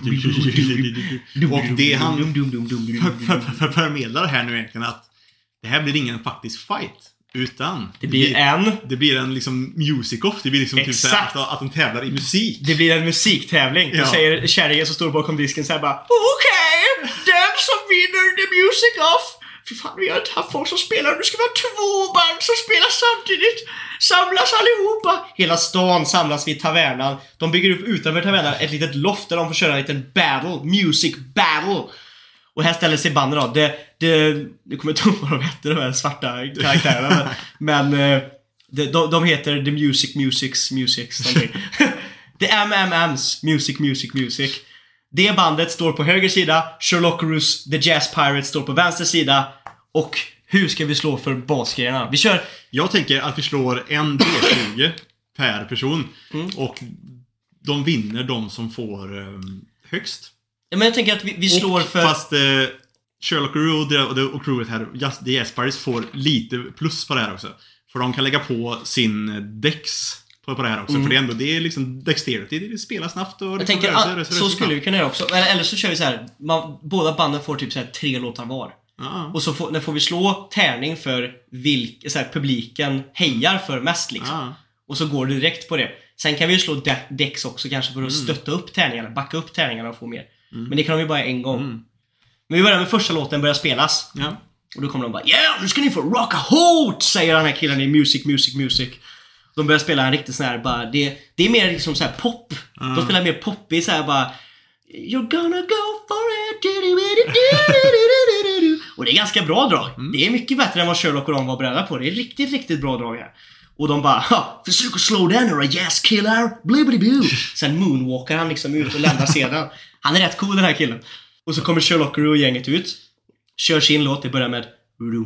Och det han förmedlar här nu egentligen att det här blir ingen faktisk fight. Utan det blir, det blir en Det blir en liksom music-off. Det blir liksom typ så att, att de tävlar i musik. Det blir en musiktävling. Ja. Då säger kärringen som står bakom disken så här bara: Okej, okay, den som vinner the music-off. För fan, vi har inte haft folk som spelar. Nu ska vi ha två band som spelar samtidigt. Samlas allihopa. Hela stan samlas vid tavernan. De bygger upp utanför tavernan ett litet loft där de får köra en liten battle. Music battle. Och här ställer sig banden då. Det, det, det kommer inte ihåg vad de heter, de här svarta karaktärerna. Men de, de, de heter The Music Musics Musics. The M M M's Music Music Music. Det bandet står på höger sida. Sherlock Roos The Jazz Pirates står på vänster sida. Och hur ska vi slå för basgrejerna? Vi kör... Jag tänker att vi slår en D tjugo per person. Mm. Och de vinner de som får um, högst. Ja, men jag tänker att vi, vi slår och för... Fast eh, Sherlock Roos och, och crewet här, just, The Jazz Pirates, får lite plus på det här också. För de kan lägga på sin dex på, på det här också. Mm. För det är ändå, det är liksom dexterity, det spelar snabbt och... Jag tänker, rörelse, rörelse, så skulle vi kunna göra också. Eller, eller så kör vi så här, man, båda banden får typ så här tre låtar var. Uh-huh. Och så får, när får vi slå tärning för vilk, så här, publiken hejar för mest liksom. Uh-huh. Och så går det direkt på det. Sen kan vi ju slå de- dex också kanske för att mm. stötta upp tärningarna, backa upp tärningarna och få mer. Mm. Men det kan de ju bara en gång. Mm. Men vi börjar med första låten, börjar spelas. Ja. Och då kommer de bara: yeah, nu ska ni få rocka hårt, säger den här killen i Music, Music, Music. De börjar spela en riktigt sån här bara, det, det är mer liksom så här pop. Mm. De spelar mer poppig så här bara: you're gonna go for it. Och det är ganska bra drag. Mm. Det är mycket bättre än vad Sherlock och de var beredda på. Det är riktigt, riktigt bra drag här. Och de bara: ha, försök att slow down några jazz killer. Blibbidi-boo. Sen moonwalkar han liksom ut och lämnar sedan. Han är rätt cool, den här killen. Och så kommer Sherlock och gänget ut. Kör sin låt, det börjar med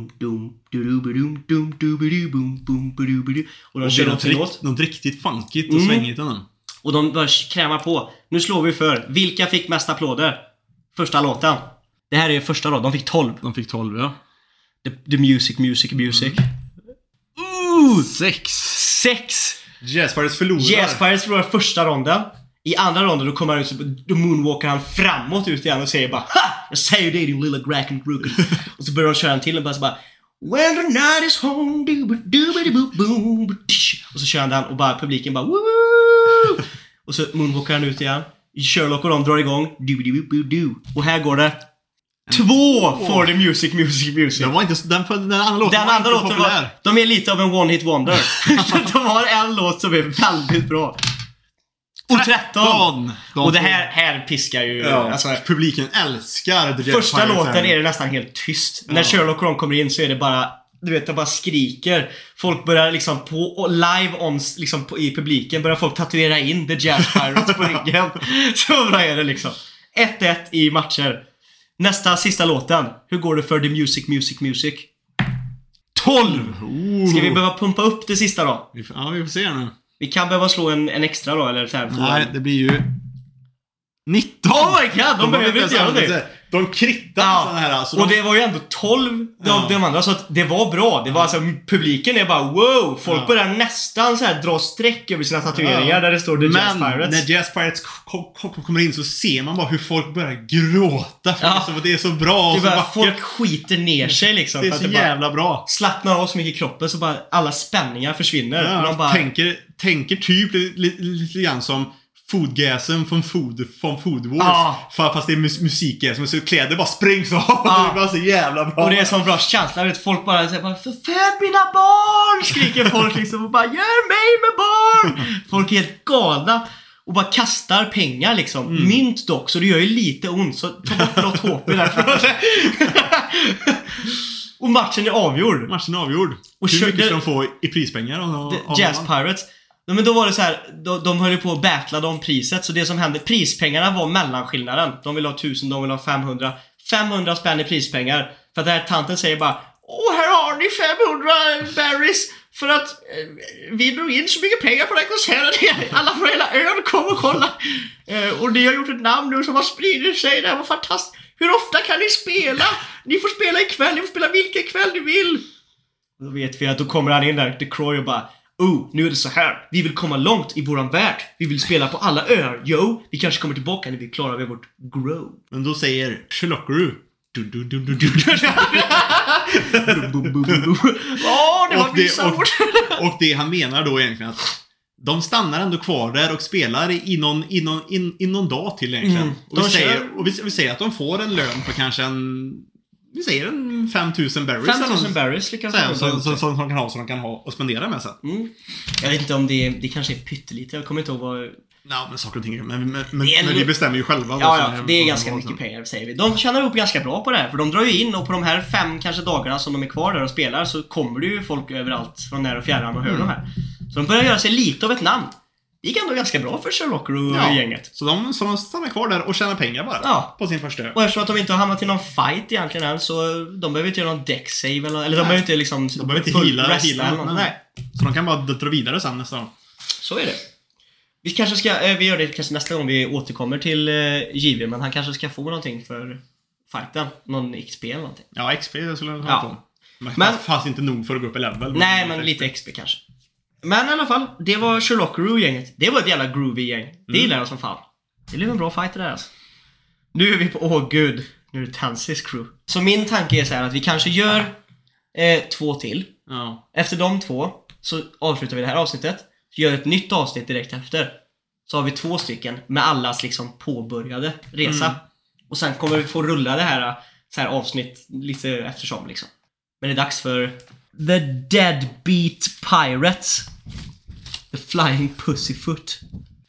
och de kör något låt. Något riktigt funkigt och mm. svängigt den. Och de börjar kräma på. Nu slår vi för. Vilka fick mest applåder? Första låten. Det här är första då. De fick tolv. De fick tolv, ja. The, the music, music, music. Mm. Ooh, sex. Sex. Jazz Pirates förlorar. Jazz Pirates förlorar första ronden. I andra ronden då kommer han ut, då moonwalkar han framåt ut igen och säger bara: ha! Jag säger det, din lilla grack and crooked. Och så börjar de köra en till och bara så bara: when the night is home, boom. Och så kör han den och bara publiken bara: woo! Och så moonwalkar han ut igen. Sherlock och de drar igång. Och här går det två oh. for the music, music, music. Den var inte den, den andra låten. Den andra låten var, de är lite av en one hit wonder. De har en låt som är väldigt bra. Och tretton. De och det här, här piskar ju ja, alltså, publiken älskar The första Pirates låten här. Är det nästan helt tyst. Ja. När Sherlock och de kommer in så är det bara, du vet, de bara skriker. Folk börjar liksom på och live on liksom på, i publiken börjar folk tatuera in The Jazz Pirates på ryggen. Så bra är det liksom. ett ett i matcher. Nästa, sista låten. Hur går det för The Music, Music, Music? tolv! Oh. Ska vi behöva pumpa upp det sista då? Ja, vi får se nu. Vi kan behöva slå en, en extra då, eller så här. Nej, det blir ju nitton! Oh my god, de, de behöver inte göra det. De krittar ja. sådana här. Alltså, och de... det var ju ändå tolv ja. av de andra, så att det var bra. Det var ja. alltså, publiken är bara wow. Folk ja. börjar nästan så här dra streck över sina tatueringar ja. där det står The Men Jazz Pirates. när Jazz Pirates kommer in så ser man bara hur folk börjar gråta. För ja. alltså, det är så bra. Det så bara, folk skiter ner sig liksom. Det är för så att det jävla bara bra. Slappnar av så mycket i kroppen så bara alla spänningar försvinner. Ja, och de bara... tänker, tänker typ lite, lite grann som Foodgasen från Food, från Food Wars. Ah. Fast det är mus- musikgasen. Så kläder bara sprängs av. Ah. Det är bara så jävla bra. Och det är så bra känsla. Vet, folk bara säger bara: förföd mina barn! Skriker folk liksom. Och bara: gör mig med barn! Folk är helt galna. Och bara kastar pengar liksom. Mm. Mynt dock. Så det gör ju lite ont. Så ta bort något H P därifrån. Och matchen är avgjord. Matchen är avgjord. Och hur mycket ska de få i prispengar? Av, av Jazz Pirates. Ja, men då var det så här, de, de höll ju på att battlade om priset. Så det som hände, prispengarna var mellanskillnaden. De vill ha tusen, de vill ha femhundra. femhundra spänn i prispengar. För att den här tanten säger bara: åh, här har ni femhundra berries. För att eh, vi drog in så mycket pengar på den konserten. Alla från hela ön kom och kolla. Eh, och ni har gjort ett namn nu som har spridit sig. Det här var fantastiskt. Hur ofta kan ni spela? Ni får spela ikväll, ni får spela vilken kväll ni vill. Och då vet vi att då kommer han in där, The Croy, och bara: oh, nu är det så här. Vi vill komma långt i våran värld. Vi vill spela på alla öar. Jo, vi kanske kommer tillbaka när vi klarar med vårt grow. Men då säger Sherlockaroo: Åh, det var vissa ord. Och det han menar då egentligen att de stannar ändå kvar där och spelar i någon, i någon, in, i någon dag till egentligen. Mm, och, vi de säger, kör... och vi, vi säger att de får en lön på kanske en... Vi säger en fem tusen berries. fem tusen berries lyckas de som, som, som de kan ha, som de kan ha och spendera med sen. Mm. Jag vet inte om det, det kanske är pyttelite. Jag kommer inte ihåg vad... Ja, men saker och ting. Men, men, men, en... men vi bestämmer ju själva. Ja, ja, det är ganska mycket pengar, säger vi. De tjänar upp ganska bra på det här. För de drar ju in, och på de här fem kanske dagarna som de är kvar där och spelar, så kommer det ju folk överallt från när och fjärran och hör mm. de här. Så de börjar göra sig lite av ett namn. Det gick ändå ganska bra för Sherlockaroo och ja, gänget. Så de, så de stannar kvar där och tjänar pengar bara. Ja. På sin första. Och eftersom att de inte har hamnat i någon fight egentligen än, så de behöver inte göra någon deck save eller, eller de behöver inte liksom... De behöver inte heala, heala eller något. Nej. Så de kan bara dra vidare sen nästa gång. Så är det. Vi kanske ska, eh, vi gör det kanske nästa gång vi återkommer till eh, J V, men han kanske ska få någonting för fighten. Någon X P eller någonting. Ja, X P skulle jag ha ja. på. Men, men fast inte nog för att gå upp i level. Nej, men lite X P kanske. Men i alla fall, det var Sherlockaroo-gänget. Det var ett jävla groovy gäng. Det mm. gillar jag som fan. Det blev en bra fight där alltså. Nu är vi på, åh oh, gud, nu är det Tansis crew. Så min tanke är så här att vi kanske gör eh, två till. Ja. Efter de två så avslutar vi det här avsnittet. Gör ett nytt avsnitt direkt efter. Så har vi två stycken med allas liksom påbörjade resa. Mm. Och sen kommer vi få rulla det här, så här avsnitt lite eftersom liksom. Men det är dags för The Deadbeat Pirates. The Flying Pussyfoot.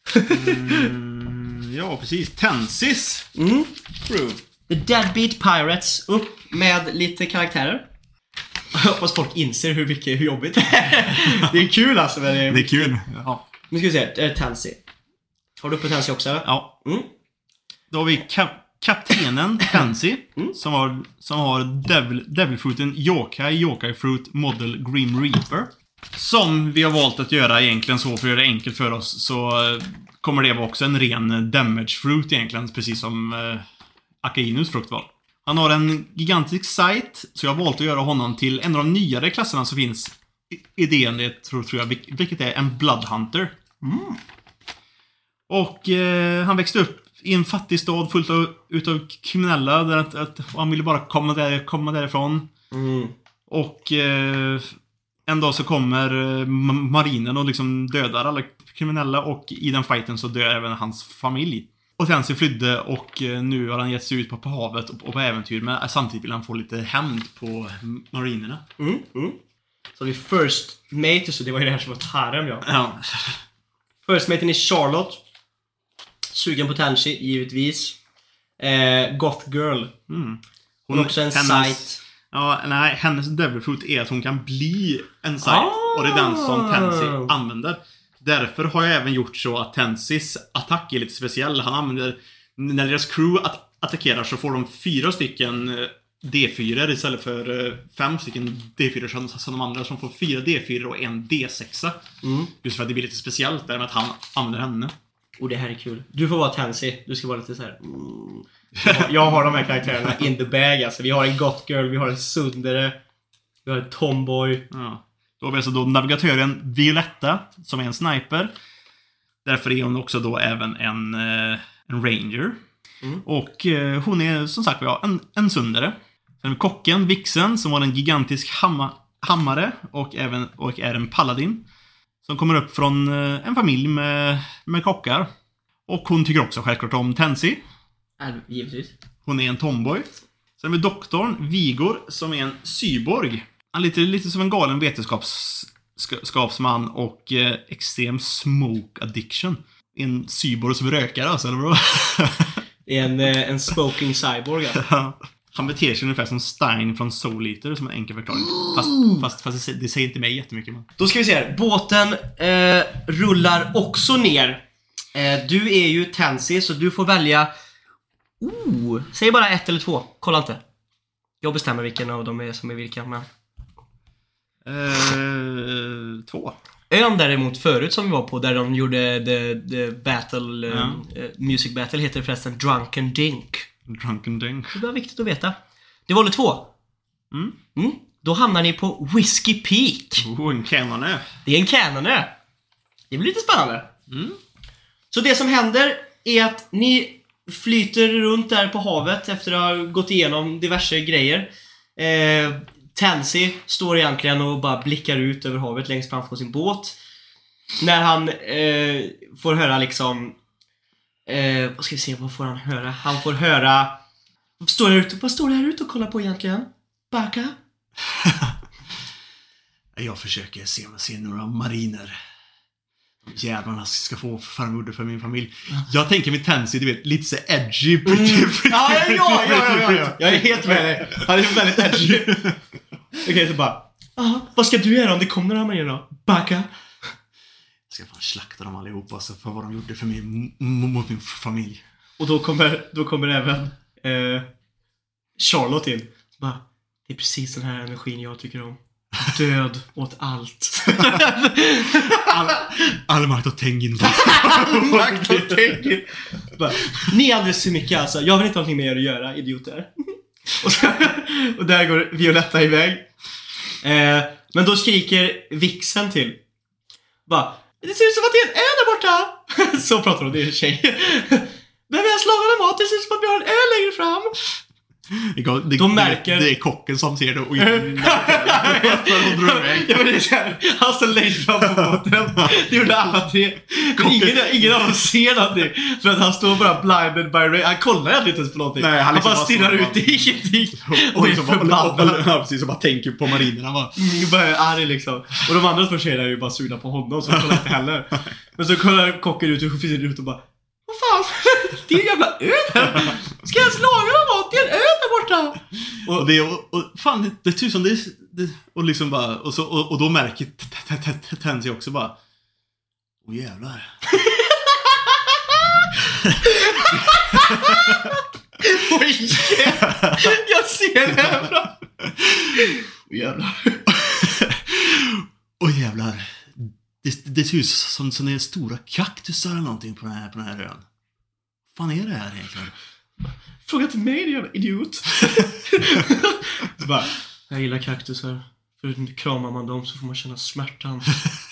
mm, ja, precis. Tansis mm. crew. The Deadbeat Pirates. Upp med lite karaktärer. Jag hoppas folk inser hur mycket hur jobbigt det är. Det är kul alltså. Men det, är... det är kul, ja. Nu ska vi se, det är Tansy. Har du på Tansy också eller? Ja. Mm. Då har vi kap- kaptenen Tansy mm. som har, som har Devil, Devilfruiten Yokai, Yokai Fruit Model Grim Reaper. Som vi har valt att göra egentligen så, för att göra det enkelt för oss, så kommer det vara också en ren damage fruit egentligen, precis som uh, Akainus frukt var. Han har en gigantisk sight, så jag har valt att göra honom till en av de nyare klasserna som finns i D and D, tror, tror jag, vilket är en Bloodhunter. Mm. Och eh, han växte upp i en fattig stad fullt av, utav kriminella, där att, att han ville bara komma, där, komma därifrån. Mm. Och eh, en dag så kommer eh, marinen och liksom dödar alla kriminella, och i den fighten så dör även hans familj. Och sen så flydde, och nu har han gett sig ut på, på havet och, och på äventyr, men samtidigt vill han få lite hämnd på marinerna. Mm, mm. Så vi first mate, så det var ju det här som var Tarem, ja. ja. First maten är Charlotte. Sugen på Tansy, givetvis. Eh, Goth Girl. Mm. Hon är också en hennes, sight. Ja, nej, hennes Devilfruit är att hon kan bli en sight. Ah! Och det är den som Tansy använder. Därför har jag även gjort så att Tansys attack är lite speciell. Han använder, när deras crew att- attackerar så får de fyra stycken D fyra istället för fem stycken D fyra som, som de andra, som får fyra D fyra och en D sex. Mm. Just för att det blir lite speciellt där med att han använder henne. Och det här är kul. Du får vara Tansy. Du ska vara lite så här. Mm. Jag, har, jag har de här karaktärerna in the bag. Alltså, vi har en Goth Girl, vi har en Sundere, vi har en Tomboy. Ja. Då har vi alltså då navigatören Violetta, som är en sniper. Därför är hon också då även en, eh, en ranger. Mm. Och eh, hon är som sagt ja, en, en sundare. Sen har vi kocken Vixen, som har en gigantisk hamma, hammare och, även, och är en paladin. Som kommer upp från eh, en familj med, med kockar. Och hon tycker också självklart om Tansy. Äh, givetvis. Hon är en tomboy. Sen har vi doktorn Vigor, som är en cyborg. Han är lite, lite som en galen vetenskapsman och eh, extrem smoke addiction. En cyborg som rökare alltså, eller bro? En, en smoking cyborg alltså. Ja. Han beter sig ungefär som Stein från Soul Eater, som en enkel förklaring. Fast, fast, fast det, det säger inte mig jättemycket. Men. Då ska vi se här. Båten eh, rullar också ner. Eh, du är ju Tansy, så du får välja... Oh, säg bara ett eller två. Kolla inte. Jag bestämmer vilken av dem är som är vilken. Men... Uh, två. Ön däremot förut som vi var på, där de gjorde the, the battle, ja. uh, music battle, heter förresten Drunken Dink. Drunken Dink. Det var viktigt att veta. Det var väl två. Mm. Mm. Då hamnar ni på Whiskey Peak. Oh, en kanonö. Det är en kanonö. Det blir lite spännande. Mm. Så det som händer är att ni flyter runt där på havet efter att ha gått igenom diverse grejer. Eh, Tansy står egentligen och bara blickar ut över havet längst fram på sin båt. När han eh, får höra liksom... Eh, vad ska vi se, vad får han höra? Han får höra... Vad står det här ute, vad står det här ute och kollar på egentligen? Baka? Jag försöker se om jag ser några mariner. Jävlarna ska få farmodder för min familj. Jag tänker med Tansy, du vet, lite så edgy. Mm. Ja, ja, ja, ja, ja, ja. Jag är helt med dig. Han är väldigt edgy. Okej, okay, så bara... Aha, vad ska du göra om det kommer några mariner då? Baka? Jag ska fan slakta dem allihopa så för vad de gjorde för mig mot min familj. Och då kommer, då kommer även eh, Charlotte in. Bara, det är precis den här energin jag tycker om. Död åt allt. all, all makt och Tengin. All makt och Tengin. Bara, ni är alldeles för mycket alltså. Jag vill inte ha någonting med er att göra, idioter. och, så, och där går Violetta iväg. Eh, men då skriker Vixen till. Bara, det ser ut som att det är en ö där borta. Så pratar hon, det är en tjej. Men vi har slagat mat, det ser ut som att vi har en ö längre fram. Det, det, de märker... det, det är kocken som ser det och ja, men det är så här, han står längst fram på båten. Det gjorde alla tre. Men ingen, ingen av dem ser någonting. För att han står bara blinded by rain. Han kollar aldrig inte ens på någonting. Nej, han, han liksom bara stirrar ut i ingenting. Och, och, och är förbannad. Ja, precis, och bara tänker på marinerna. Bara. Mm, bara är arg liksom. Och de andra som ser är ju bara sugna på honom. Så kollar inte heller. Men så kollar kocken ut och finns ut och bara, vad fan? Det är en jävla ö där. Ska jag slaga dem mat? Det är en ö där borta. Och, och det och, och fan det, det tusan det, det och liksom bara och så och, och då märker Tansy också bara, åh jävlar. Oj, jag ser det här fram. Åh jävlar. Åh jävlar. Det, det ser ut som, som det är stora kaktusar eller någonting på den här, på den här ön. Vad fan är det här egentligen? Fråga till mig, det jävla idiot. Så bara, jag gillar kaktusar. För kramar man dem så får man känna smärtan.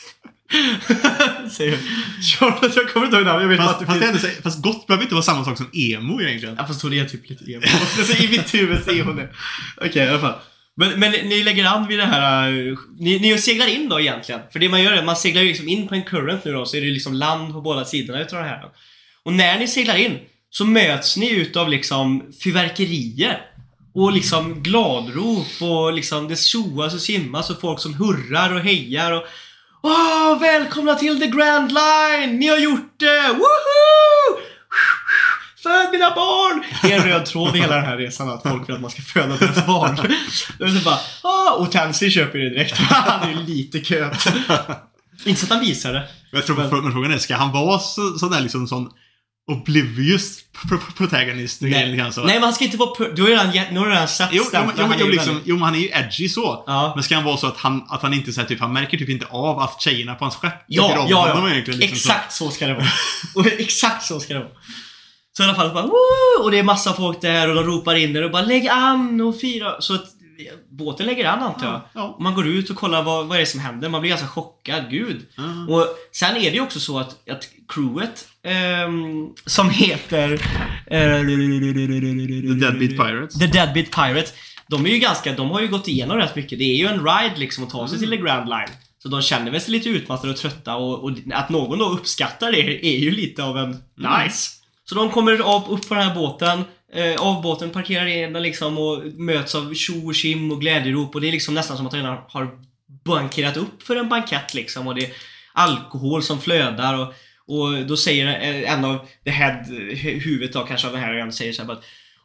Säger Charlotte, jag kommer inte ihåg namn. Jag vet fast, att fast, finns... säga, fast gott behöver inte vara samma sak som emo egentligen. Ja, fast hon är typ lite emo. Så i mitt huvud ser hon det. Okej, okay, i alla fall. Men, men ni lägger an vid det här. Ni, ni seglar in då egentligen. För det man gör är man seglar ju liksom in på en current nu då. Så är det liksom land på båda sidorna utav det här. Och när ni seglar in så möts ni utav liksom fyrverkerier. Och liksom gladrop. Och liksom det tjoas och simmas. Och folk som hurrar och hejar. Och åh, välkomna till the Grand Line. Ni har gjort det. Woohoo! Föd mina barn! Det är en röd tråd i hela den här resan att folk vill att man ska föda deras barn. Det är så bara, ah, och Tansy köper det direkt. Han är lite köpt. Inte så att han visar det. Men jag tror men, men frågan är, ska han vara så, sån där liksom sån oblivious protagonist? Nej, nej men han ska inte vara... Du har redan, nu har du redan sett jo, jo, jo, jo, liksom, väldigt... jo, men han är ju edgy så. Ja. Men ska han vara så att han, att han inte så här, typ, han märker typ inte av att tjejerna på hans skepp ja, ja, ja. Honom, liksom, exakt så. så ska det vara. Och exakt så ska det vara. Så i alla fall bara, woo! Och det är massa folk där och de ropar in där och bara lägg an och fira. Så att båten lägger an antar jag. Ja, ja. Och man går ut och kollar vad, vad är det som händer. Man blir ganska chockad, gud. Mm. Och sen är det ju också så att, att crewet um, som heter uh, The Deadbeat Pirates. The Deadbeat Pirates. De är ju ganska, de har ju gått igenom rätt mycket. Det är ju en ride liksom att ta sig mm. till the Grand Line. Så de känner väl sig lite utmattade och trötta. Och, och att någon då uppskattar det är ju lite av en mm. nice. Så de kommer av, upp på den här båten, eh, av båten, parkerar in liksom och möts av tjo och kim och glädjerop. Och det är liksom nästan som att de redan har bankerat upp för en bankett liksom. Och det är alkohol som flödar. Och, och då säger en av the head, huvudet då, kanske av den här ön, säger så här bara,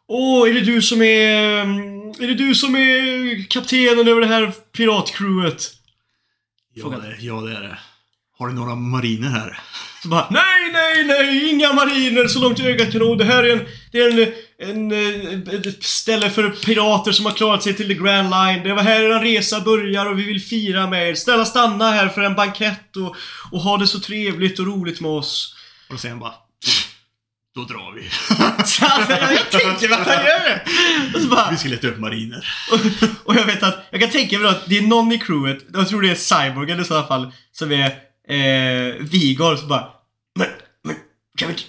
Åh, är det du som är... Är det du som är kaptenen över det här piratcrewet? Ja, det, ja, det är det. Har du några mariner här? Så bara, nej, nej, nej, inga mariner så långt ögat kan nå. Det här är en, det är en, en, ett ställe för pirater som har klarat sig till the Grand Line. Det var här en resa börjar och vi vill fira med er. Snälla stanna här för en bankett och, och ha det så trevligt och roligt med oss. Och då säger han bara, då drar vi. Så alltså, jag tänker vad han gör. Och så bara, vi ska leta upp mariner. och, och jag vet att, jag kan tänka mig att det är någon i crewet, jag tror det är Cyborg eller så i alla fall, som är eh, Vigor, så bara, men, men, kan vi inte...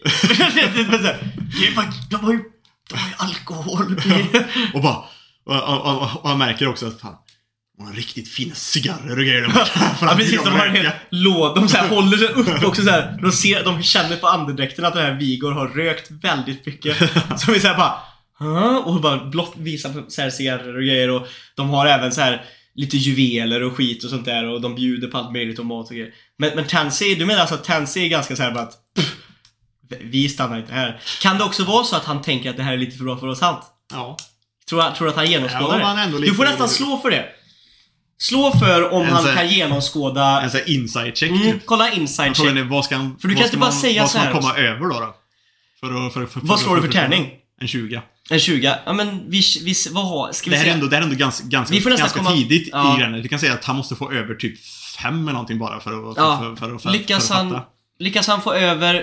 de har ju, de har ju alkohol. och bara, och, och, och, och han märker också att fan, de har riktigt fina cigarrer och grejer. Ja, precis, de har en hel låd. De så här håller sig upp också så här. De, ser, de känner på andedräkten att den här Vigor har rökt väldigt mycket. Så vi så här bara, och bara blott visar på så här cigarrer och grejer. Och de har även så här lite juveler och skit och sånt där. Och de bjuder på allt möjligt och mat och grejer. Men, men Tansy, du menar alltså att Tansy är ganska så här bara att pff, vi stannar inte här. Kan det också vara så att han tänker att det här är lite för bra för oss sant? Ja. Tror, tror att han genomskådar ja, det? Du får nästan slå för det. Slå för om en han så, kan genomskåda en sån här inside check mm, typ. Kolla inside check är, vad ska han, för du kan inte bara man, säga vad så här komma över då, då? För, att, för, för, vad för, slår för, du för tärning? En tjugo. En tjugo. Ja men vi, vi vad har ska vi det, här säga? är ändå, det här är ändå ganska, ganska, vi får ganska komma, tidigt ja. i grejen. Vi kan säga att han måste få över typ fem eller någonting bara för att, för, ja. för, för, för, för, lyckas, för att han, fatta. Lyckas han få över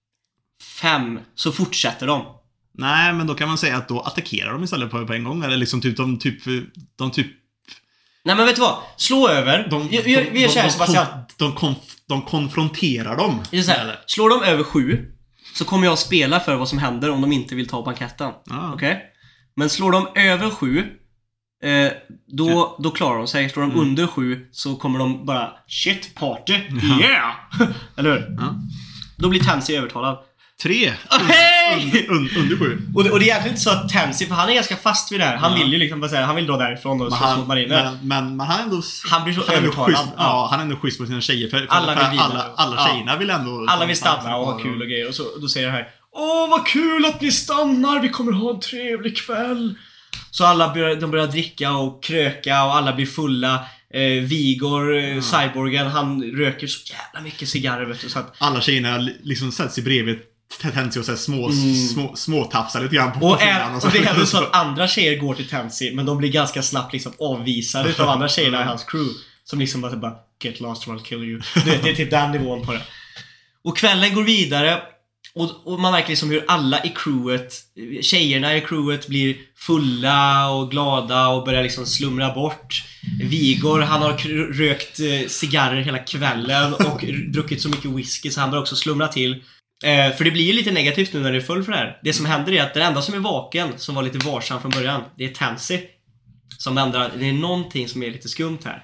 fem så fortsätter de. Nej, men då kan man säga att då attackerar de istället på, på en gång. Eller liksom typ de typ, de typ nej men vet du vad? Slå över. De, vi vi, vi är de, kära de, Sebastian. de, konf, de konfronterar dem. Det är så här, slår de över sju så kommer jag spela för vad som händer om de inte vill ta banketten. Ah. Okej? Okay? Men slår de över sju eh, då, ja. då klarar de sig. Slår de mm. under sju så kommer de bara shit party. Ja. Yeah! Eller hur? Ja. Då blir Tansy övertalad. Tre oh, hey! un, un, under sju. Och det, och det är egentligen inte så att Tansy, för han är ganska fast vid det här. Han ja. vill ju liksom bara säga, han vill dra därifrån och men slåss han, mot mariner. Men, men, men han är ändå han blir så han övertalad. Schysst, ja. ja, han är ändå schysst på sina tjejer. För, för, alla för vill alla, alla tjejerna ja. vill ändå alla vill stanna och ha kul och grejer. Och så, då säger jag här, åh vad kul att ni stannar, vi kommer ha en trevlig kväll. Så alla börjar, de börjar dricka och kröka och alla blir fulla. eh, Vigor, mm. Cyborgen, han röker så jävla mycket cigarrer vet du, så att alla tjejerna liksom sätts i bredvid Tansy och så små, mm. små, små tafsar lite grann på och, är, och, och det är även så att andra tjejer går till Tansy, men de blir ganska snabbt liksom avvisade utav andra tjejerna i hans crew. Som liksom bara, bara get lost or I'll kill you. Det, det är typ den nivån på det. Och kvällen går vidare. Och, och man märker liksom hur alla i crewet, tjejerna i crewet blir fulla och glada och börjar liksom slumra bort. Vigor, han har rökt cigarrer hela kvällen och druckit så mycket whisky så han börjar också slumra till. Eh, för det blir ju lite negativt nu när det är full för det här. Det som händer är att den enda som är vaken, som var lite varsam från början, det är Tansy. Som ändrar, det är någonting som är lite skumt här.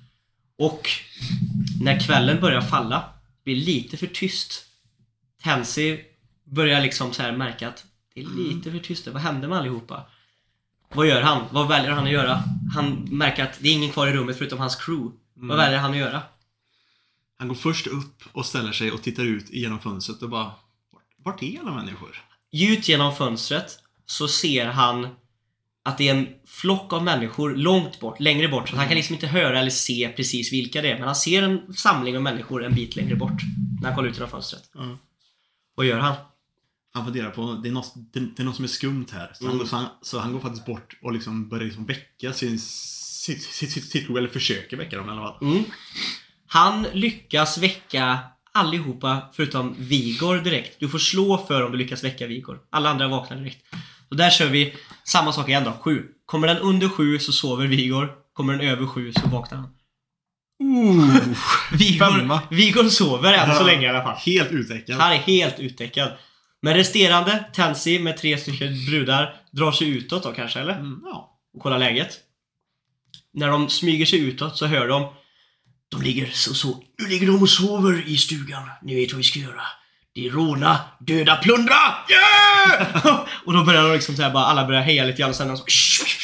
Och när kvällen börjar falla, blir lite för tyst. Tansy börjar liksom så här märka att det är lite för tyst. Vad händer med allihopa? Vad gör han? Vad väljer han att göra? Han märker att det är ingen kvar i rummet förutom hans crew. Mm. Vad väljer han att göra? Han går först upp och ställer sig och tittar ut genom fönstret och bara, vart är alla människor? Ut genom fönstret så ser han att det är en flock av människor långt bort, längre bort. Så han kan liksom inte höra eller se precis vilka det är. Men han ser en samling av människor en bit längre bort när han kollar ut genom fönstret. Mm. Vad gör han? Han funderar på, det är något, det, det är något som är skumt här. Så, mm. han, så, han, så han går faktiskt bort och liksom börjar liksom väcka sin sitt, sitt, sitt, sitt, eller försöker väcka dem i alla fall. Mm. Han lyckas väcka allihopa förutom Vigor direkt. Du får slå för om du lyckas väcka Vigor. Alla andra vaknar direkt. Och där kör vi samma sak igen då, sju. Kommer den under sju så sover Vigor. Kommer den över sju så vaknar han. Uh, Vigor, Vigor sover än ja, så länge i alla fall. Helt uttäckad. Han är helt uttäckad. Men resterande, Tansy med tre stycken brudar drar sig utåt då kanske, eller? Mm, ja. Och kollar läget. När de smyger sig utåt så hör de De ligger så, så Nu ligger de och sover i stugan. Ni vet vad vi ska göra. Det är råna, döda, plundra. Yeah! Och då börjar de liksom så här, bara alla börjar heja lite grann och sen de så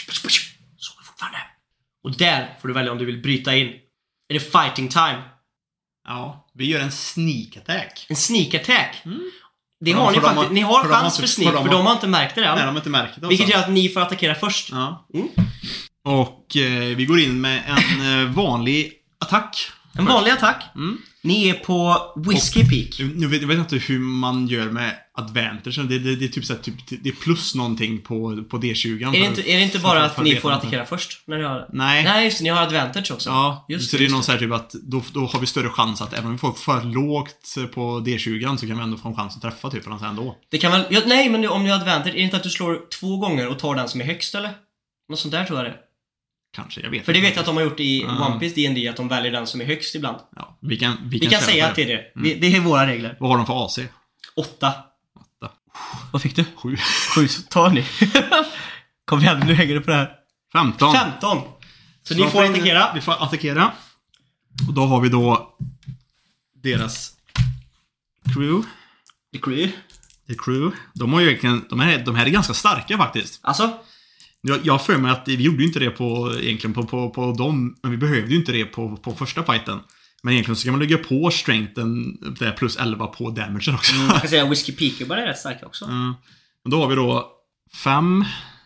sover fortfarande. Och där får du välja om du vill bryta in. Är det fighting time? Ja, vi gör en sneak attack. En sneak attack? Mm. Det För har de- ni för de faktiskt. har- Ni har för de har chans inte- för sneak, för för de de har- har inte märkt det än. Nej, de har inte märkt det. Vilket alltså. gör att ni får attackera först. Ja. Mm. Och eh, vi går in med en eh, vanlig attack. En vanlig attack. Mm. Ni är på Whiskey Peak. Nu vet, jag vet inte hur man gör med advantage. Det, det, det är typ så här, typ, det är plus någonting på, på D tjugo. Är det, inte, är det inte bara att ni får attackera först? När ni har... Nej. Nej, just det, ni har advantage också. Ja, just så det, det är någon just så här typ att då, då har vi större chans att även om vi får för lågt på D tjugo så kan vi ändå få en chans att träffa typ eller något ändå. Det kan väl... Ja, nej, men om ni har advantage, är det inte att du slår två gånger och tar den som är högst, eller? Något sånt där tror jag det är. Kanske, jag vet För det inte. vet jag att de har gjort i Ja. One Piece D and D, att de väljer den som är högst ibland. Ja, vi kan, vi Vi kan, kan köra säga på att det är det. Vi, det är våra regler. Vad har de för A C? Åtta. Åtta. Vad fick du? Sju. Sju, så tar ni. Kom igen, nu hänger du på det här. Femton. Femton. Så, Så ni får attackera. Vi får attackera. Och då har vi då deras crew. The crew. The crew. De har ju egentligen, de här, de här är ganska starka faktiskt. Alltså? Jag, jag har för mig att vi gjorde ju inte det på, egentligen på, på, på dem, men vi behövde ju inte det på, på första fighten. Men egentligen så kan man lägga på strengthen, det är plus elva på damagen också. Mm, jag kan säga Whiskey Peak bara är rätt starka också. Mm. Och då har vi då fem,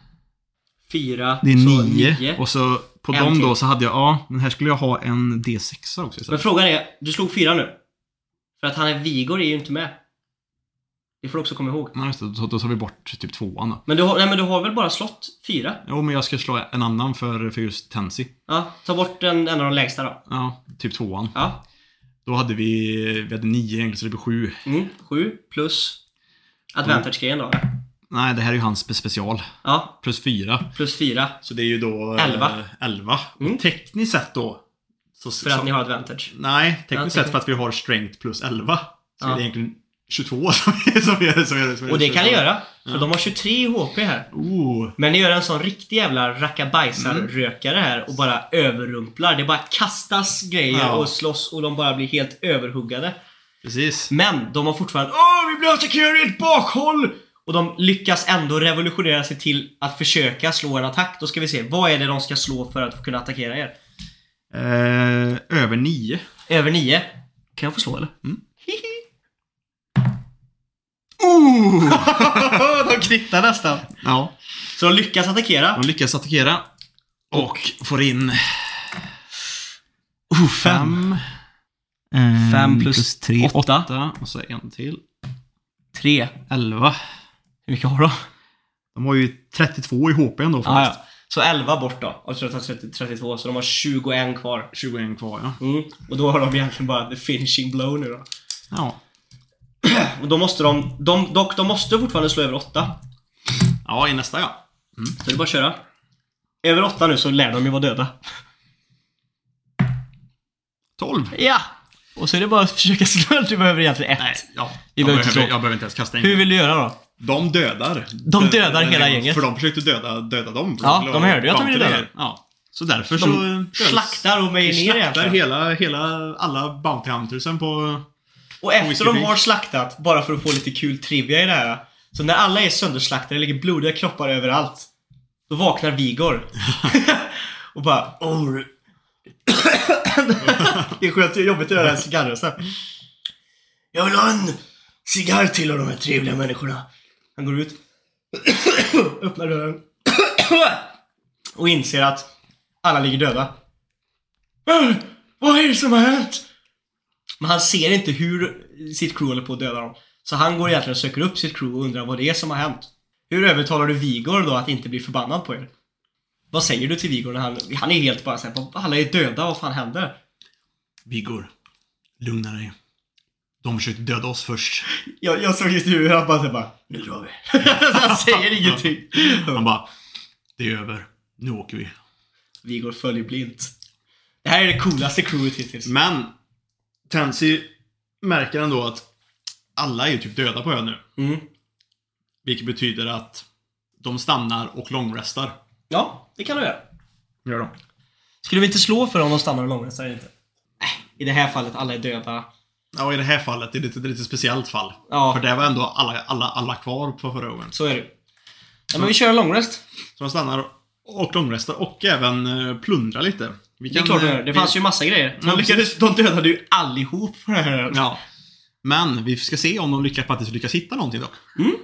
Fyra. det är så nio, nio. och så på En dem till. då så hade jag, ja, men här skulle jag ha en D sex också Men istället. frågan är, du slog fyra nu. För att han är Vigor är ju inte med. Det får du också komma ihåg. Ja, just det, då, då tar vi bort typ tvåan då. Men du har, nej, men du har väl bara slått fyra? Jo, men jag ska slå en annan för, för just Tensi. Ja, ta bort en, en av de lägsta då. Ja, typ tvåan. Ja. Då hade vi, vi hade nio egentligen, så det blir sju. Mm, sju plus advantage-grejen då. Nej, det här är ju hans spe- special. Ja, Plus fyra. plus fyra. Så det är ju då... eh, Elva. elva. Mm. Tekniskt sett då. Så, För att så, ni har advantage. Nej, tekniskt Ja, sett tekniskt. för att vi har strength plus elva. Så Ja. är det egentligen tjugotvå som är som är, som är, som är Och det kan ni göra. För Ja. de har tjugotre H P här. Oh. Men ni gör en sån riktig jävla rackabajsar-rökare här och bara överrumplar. Det bara kastas grejer Ja. och slåss och de bara blir helt överhuggade. Precis. Men de har fortfarande Åh, vi blir attackerade i ett bakhåll! Och de lyckas ändå revolutionera sig till att försöka slå en attack. Då ska vi se, vad är det de ska slå för att kunna attackera er? Eh, över nio. Över nio. Kan jag få slå eller? Mm. Oh! De krittar nästan. Ja. Så de lyckas attackera. De lyckas attackera. Och får in... Oh, fem. Eh, Fem plus tre, åtta. åtta. Och så en till. Tre. Elva. Hur mycket har de? De har ju trettiotvå i H P ändå Ah, faktiskt. ja. Så elva bort då. Och så tar trettio, trettiotvå. Så de har tjugoett kvar. tjugoett kvar, ja. Mm. Och då har de egentligen bara the finishing blow nu då. Ja. Och då måste de, de dock de måste fortfarande slå över åtta. Ja, i nästa, ja. Så det är bara att köra. Över åtta nu så lär de ju vara döda. tolv. Ja! Och så är det bara att försöka slå. Du behöver egentligen ett. Nej, ja. Vi Jag behöver inte behöver, slå. jag behöver inte ens kasta en. Hur vill du göra då? De dödar. De dödar hela gänget. För de försökte döda, döda dem. Ja, För de hörde ju att de ville bounty döda. Ja. Så därför så... De slaktar och mejer ner slaktar egentligen. hela, hela, alla Bounty Huntersen på... Och efter Whiskey de Peak. har slaktat, bara för att få lite kul trivia i det här. Så när alla är sönderslaktade, ligger blodiga kroppar överallt. Då vaknar Vigor. Och bara... Oh. Det är skönt, det är jobbigt att göra en cigarrösa. Jag vill ha en cigarr till av de här trevliga människorna. Han går ut. Öppnar dörren. Och inser att alla ligger döda. "Äh, Vad är det som har hänt? Men han ser inte hur sitt crew håller på att döda dem. Så han går egentligen och söker upp sitt crew och undrar vad det är som har hänt. Hur övertalar du Vigor då att inte bli förbannad på er? Vad säger du till Vigor när han... Han är helt bara såhär, alla är döda, vad fan händer? Vigor, lugna dig. De försökte döda oss först. Jag, jag såg just nu hur han bara såhär bara, nu drar vi. Han säger ingenting. Han bara, det är över. Nu åker vi. Vigor följer blint. Det här är det coolaste crewet hittills. Men Tensi märker ändå att alla är ju typ döda på ön nu. Mm. Vilket betyder att de stannar och långrestar. Ja, det kan du göra. Gör de. Skulle vi inte slå för om de stannar och långrestar eller inte? Nej, i det här fallet alla är döda. Ja, i det här fallet det är det lite, det är lite speciellt fall. Ja. För det var ändå alla, alla, alla kvar på förra gången. Så är det. Ja, men vi kör en långrest. Så de stannar och långrestar och även eh, plundrar lite. Vi Det är klart det gör. Det fanns ju massa grejer. De, lyckades, de dödade ju allihop på det här. Ja. Men vi ska se om de lyckas, faktiskt lyckas hitta någonting dock. Mm.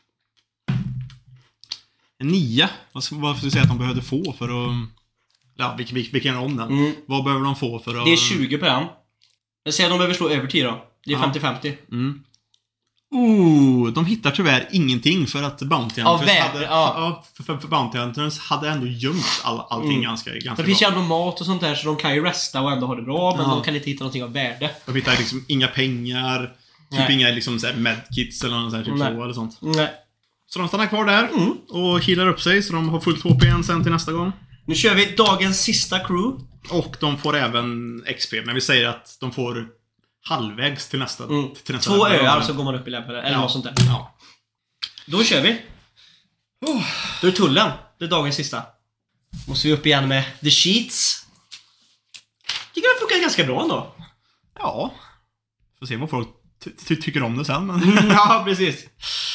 En nia. Vad ska vi säga att de behövde få för att... Ja, vilken, vilken om den. Mm. Vad behöver de få för att... Det är tjugo på den. Jag säger att de behöver slå över tio då. Det är Ja. femtio femtio. Mm. Oh, de hittar tyvärr ingenting för att Bounty Ja, Hunters vä- hade, ja. ja, för, för, för Bounty Hunters hade ändå gömt all, allting Mm. ganska, ganska Det bra. finns ju ändå mat och sånt där så de kan ju resta och ändå ha det bra. Men Ja. de kan inte hitta någonting av värde. De hittar liksom inga pengar, typ Nej. inga liksom så här medkits eller något så här, typ Nej. så eller sånt. Nej. Så de stannar kvar där Mm. och healar upp sig så de har fullt H P igen sen till nästa gång. Nu kör vi dagens sista crew. Och de får även X P, men vi säger att de får halvvägs till nästa. Mm. Till nästa Två level. öar så går man upp i level. Eller Ja. något sånt där. Ja. Då kör vi. Oh. Då är tullen. Det är dagens sista. Måste vi upp igen med The Sheets. Tycker det funkar ganska bra ändå. Ja. Får se vad folk ty- ty- tycker om det sen. Men... Ja, precis.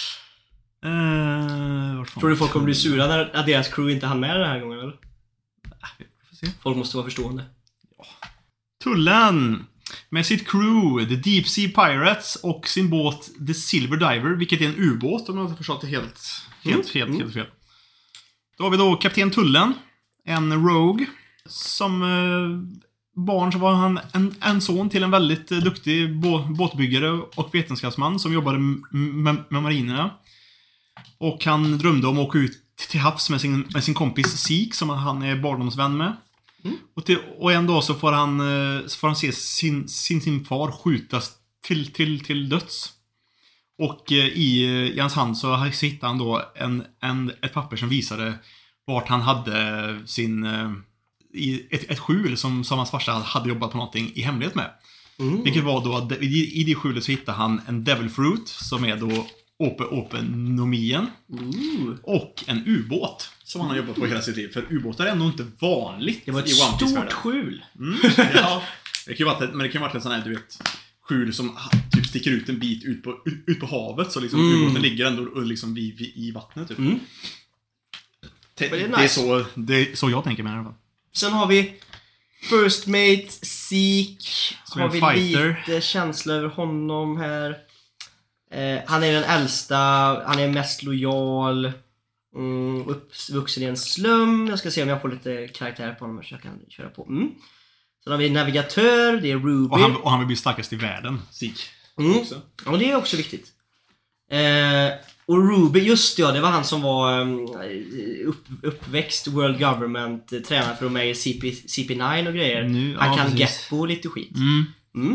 Uh, vart fan? Tror du folk kommer bli sura när att deras crew inte hann med den här gången, eller? Vi får se. Folk måste vara förstående. Tullen med sitt crew, The Deep Sea Pirates och sin båt The Silver Diver, vilket är en ubåt om jag inte förstått det helt, helt, Mm. helt, helt fel. Då har vi då kapten Tullen, en rogue, som eh, barn så var han en, en son till en väldigt eh, duktig bå, båtbyggare och vetenskapsman som jobbade m- med, med marinerna. Och han drömde om att åka ut till havs med sin, med sin kompis Sik som han är barndomsvän med. Mm. Och, till, och en dag så får han, eh, så får han se sin, sin, sin far skjutas till, till, till döds. Och eh, i, i hans hand så, så hittade han då en, en, ett papper som visade vart han hade sin eh, i ett, ett skjul som, som hans farsa hade jobbat på någonting i hemlighet med. Mm. Vilket var då att i, i det skjulet så hittade han en Devil Fruit som är då open, openomien. Ooh. Och en ubåt som han har jobbat på hela sitt liv. För ubåtar är ändå inte vanligt Det var ett i One stort Piece-världen. skjul. Mm, ja. Det kan ju vara, men det kan ju vara en sån här, du vet, skjul som typ sticker ut en bit ut på, ut, ut på havet. Så liksom Mm. ubåten ligger ändå liksom vid, vid, i vattnet typ. Mm. Det, det är det, är nice. så, det är så jag tänker med det i alla fall. Sen har vi First Mate, Zeke. Som Har en vi fighter. lite känsla över honom här. Eh, han är den äldsta, han är mest lojal. Mm, uppvuxen i en slum. Jag ska se om jag får lite karaktär på honom så jag kan köra på. Mm. Sen har vi navigatör, det är Ruby. Och han, och han vill bli starkast i världen, Zeke. Mm. Också. Ja, det är också viktigt. Eh, och Ruby, just det, ja, det var han som var um, upp, uppväxt World Government, eh, tränad för att vara med i C P, C P nio och grejer. Nu, han ja, kan precis. Getbo och lite skit. Mm. Mm.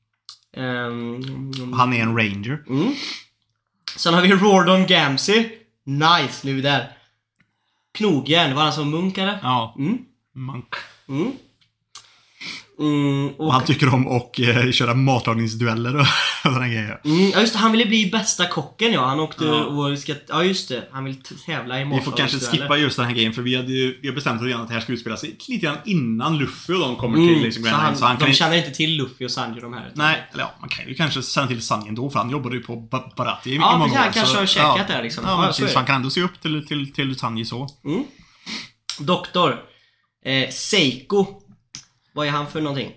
Ehm, Han är en ranger. mm. Sen har vi Rordon Gamsey. Nice, nu är vi där. Knogjärn, var han som munk eller? Ja, Mm. monk. Mm. Mm, och, Och han tycker om att eh, köra matlagningsdueller och sådana grejer. mm, ja just det, han ville bli bästa kocken, ja. Han åkte Ja. och ska, ja just det, han vill tävla i Vi får kanske matlagningsdueller. skippa just den här grejen för vi, hade ju, vi har bestämt oss igen att det här ska utspelas lite grann innan Luffy och de kommer Mm, till liksom, så Grand han, Line. Så han de kan inte, känner inte till Luffy och Sanji de här. nej, eller ja, man kan ju kanske känna till Sanji ändå för han jobbade ju på Ba- Barati i, Ja, i många precis, han år. kanske så- har checkat ja. där liksom. Ja, Ja, men så är precis. det. Han kan ändå se upp till, till, till Sanji så. Mm. Doktor eh, Seiko. Vad är han för någonting?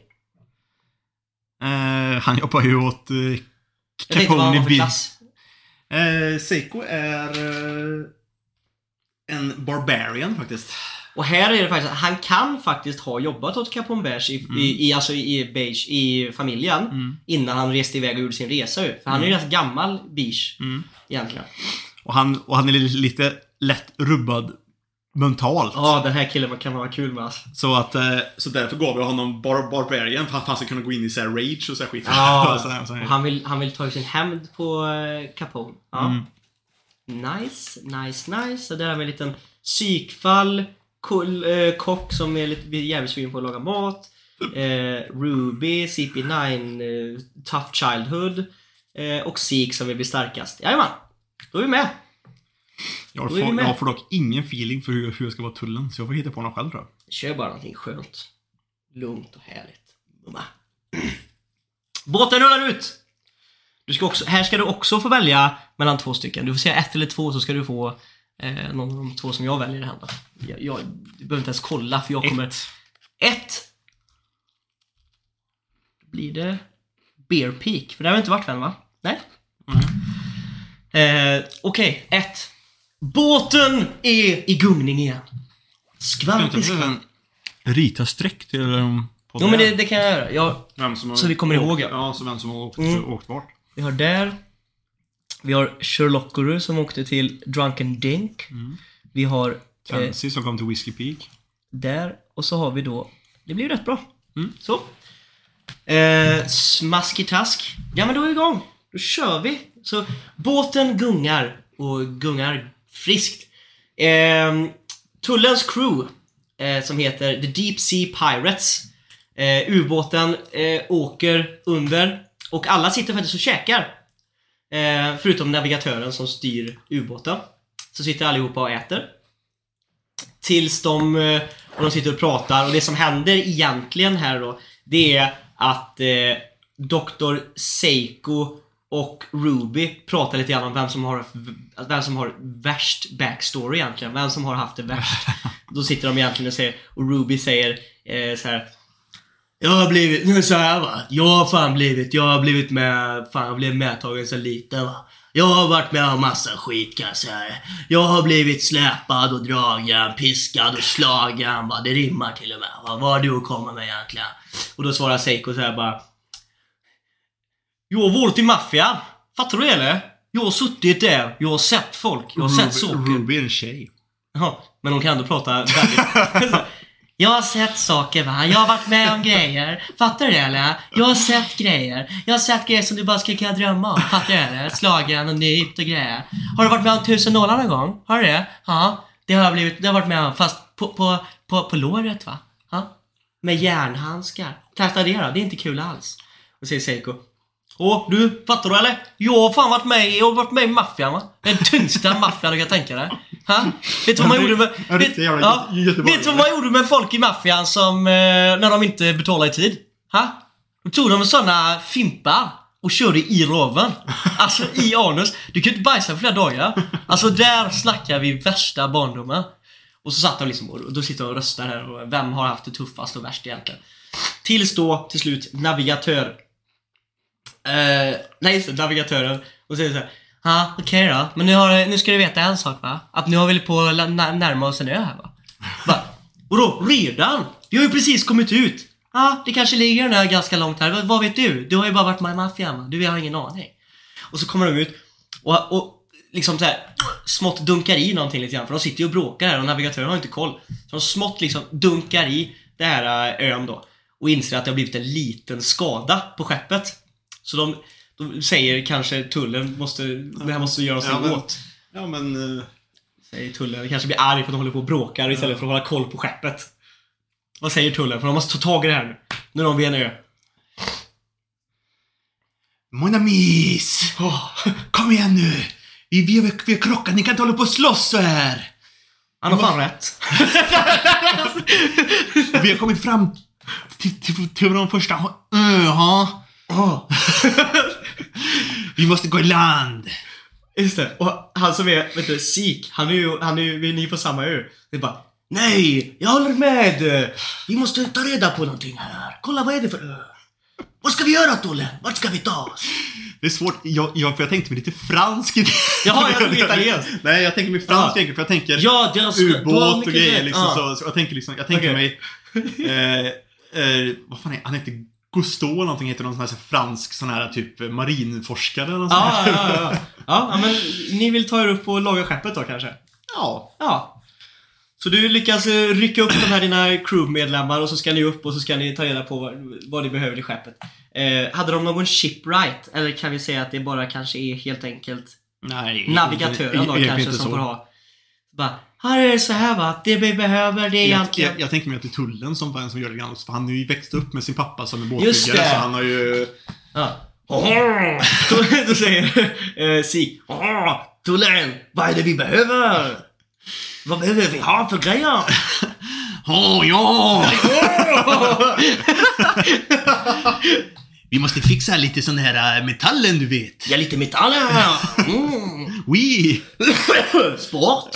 Eh, han jobbar ju åt eh, Jag tänkte vad han var för Bil- klass. Eh, Seiko är eh, en barbarian faktiskt. Och här är det faktiskt att han kan faktiskt ha jobbat åt Capone Beige i, i, i, alltså i, Beige, i familjen Mm. innan han reste iväg och gjorde sin resa ut. För han är ju ganska gammal Beige Mm. egentligen. Och han, och han är lite, lite lätt rubbad mentalt. Ja, den här killen man kan ha kul med alltså. Så att eh, så därför gav vi honom bar barbarian för han fanns att kunna gå in i så här rage och så här skit. Ja, så här, så här. och han vill, han vill ta sin hämnd på eh, Capone. Ja. Mm. Nice, nice, nice. Så där har vi en liten psykfall. Cool, eh, kock som är lite jävligt sugen på att laga mat. Eh, Ruby, C P nio, eh, Tough Childhood. Eh, och Zeke som vill bli starkast. Jajamän, då är vi med. Jag Då är vi får, med. jag får dock ingen feeling för hur, hur jag ska vara tullen. Så jag får hitta på något själv tror jag. Kör bara någonting skönt. Lugnt och härligt. Mumma. Båten rullar ut! Du ska också, här ska du också få välja mellan två stycken. Du får säga ett eller två så ska du få eh, någon av de två som jag väljer i hända. Jag, jag, du behöver inte ens kolla för jag kommer... Ett. Ett! Blir det Bear Peak. För det har vi inte varit än, va? Nej? Mm. Eh, Okej, okay. ett. Båten är i gungning igen. Skvalp i skvalp. Rita streck till... Jo, men det, det kan jag göra. Jag, vem som har så vi kommer åkt, ihåg. Ja, ja så vem som har åkt, mm. åkt bort. Vi har där. Vi har Sherlockeru som åkte till Drunken Dink. Mm. Vi har... Tansy eh, som kom till Whiskey Peak. Där. Och så har vi då... Det blir ju rätt bra. Mm. Så. Eh, Smaskitask. Ja, men då är vi igång. Då kör vi. Så båten gungar. Och gungar friskt. Eh, Tullens crew. Eh, som heter The Deep Sea Pirates. Eh, ubåten eh, åker under. Och alla sitter faktiskt och käkar. Eh, förutom navigatören som styr ubåten. Så sitter allihopa och äter. Tills de, eh, och de sitter och pratar. Och det som händer egentligen här då, det är att eh, doktor Seiko och Ruby pratar lite grann om vem som har vem som har värst backstory egentligen. Vem som har haft det värst. Då sitter de egentligen och säger, och Ruby säger eh, så här: jag har blivit, nu så här va, jag har fan blivit, jag har blivit med, fan jag blev medtagen så lite va. Jag har varit med om massa skit kan jag säga. Jag har blivit släpad och dragen, piskad och slagen va, det rimmar till och med va. Vad har du att komma med egentligen? Och då svarar Seiko så här bara: jag har varit i maffian, fattar du eller? Jag har suttit där, jag har sett folk, jag har Ruby, sett saker. Ruby är en tjej. Jaha, men hon kan ändå prata väldigt... Jag har sett saker va, jag har varit med om grejer. Fattar du det eller? Jag har sett grejer. Jag har sett grejer som du bara skulle kunna drömma om. Fattar du det? Slagen och nypt och grejer. Har du varit med om tusen nålar någon gång? Har du det? Ja, det har jag blivit, det har jag varit med om. Fast på, på, på, på låret va? Ja? Med järnhandskar. Testa det då, det är inte kul alls. Och säger Seiko: åh, du, fattar du eller? Jag har fan varit med, jag har varit med i maffian va? Den tyngsta maffian du kan tänka dig. Ha? Vet du vad man gjorde med vet, ja, vet vad man gjorde med folk i maffian som eh, när de inte betalade i tid? Ha? Då tog de såna fimpar och körde i röven. Alltså i anus. Du kan inte bajsa för flera dagar. Alltså där snackar vi värsta barndomen. Och så satt de liksom och då sitter de och röstar här och vem har haft det tuffast och värst egentligen. Tills då till slut navigatör Uh, nej, så navigatören och säger så här: ja, okej okay då. Men nu, har, nu ska du veta en sak va? Att nu har vi på att närma oss en ö här va? Va? Och då, redan? Vi har ju precis kommit ut. Ja, det kanske ligger en ö ganska långt här. Vad, vad vet du? Du har ju bara varit med i maffian va? Du har ingen aning. Och så kommer de ut och, och liksom så här smått dunkar i någonting lite grann. För de sitter ju och bråkar här och navigatören har inte koll. Så de smått liksom dunkar i det här ön då. Och inser att det har blivit en liten skada på skeppet. Så de, de säger kanske tullen måste, det här måste göra sig ja, men, åt. Ja men uh... säger tullen, det kanske blir arg för att de håller på och bråkar istället ja. för att hålla koll på skeppet. Vad säger tullen? För de måste ta tag i det här nu. Nu är de vid en ö. Mon amis! Oh, kom igen nu! Vi, vi, vi har krockat, ni kan inte hålla på och slåss så här! Han har fan rätt. Vi har kommit fram till, till, till de första öha. Oh. Vi måste gå i land. Just det. Och han som är, vet du, Sik, han är ju, han är ju, vi är ni på samma ö. Det är bara, nej, jag håller med. Vi måste ta reda på någonting här. Kolla, vad är det för ö? Vad ska vi göra, Tolle? Vart ska vi ta oss? Det är svårt, jag, jag, för jag tänkte mig lite fransk. Jaha, jag tog italiensk. Nej, jag tänker mig fransk ja. För jag tänker ja, deras ubåt och grejer liksom, ja. så, så jag tänker liksom, jag tänker okay. mig eh, eh, vad fan är han heter? Gusto eller någonting heter någon sån här fransk sån här typ marinforskare eller något ja, ja, ja, ja. Ja, men ni vill ta er upp och laga skeppet då kanske? Ja. Ja. Så du lyckas rycka upp de här dina crewmedlemmar och så ska ni upp och så ska ni ta reda på vad, vad ni behöver i skeppet. Eh, hade de någon shipwright? Eller kan vi säga att det bara kanske är helt enkelt Nej, navigatören då jag, jag, kanske jag som får ha. Bara, här är det så här va, det vi behöver det är jag, egentligen... Jag, jag tänker mig att det är tullen som, var en som gör det grann. För han har ju växt upp med sin pappa som är båtbyggare. Så han har ju... Ja. då, då säger eh, Sik, tullen, vad är det vi behöver? Vad behöver vi ha för grejer? Åh, oh, ja! Vi måste fixa lite sån här metallen, du vet. Ja, lite metallen. Mm. Oui. Sport.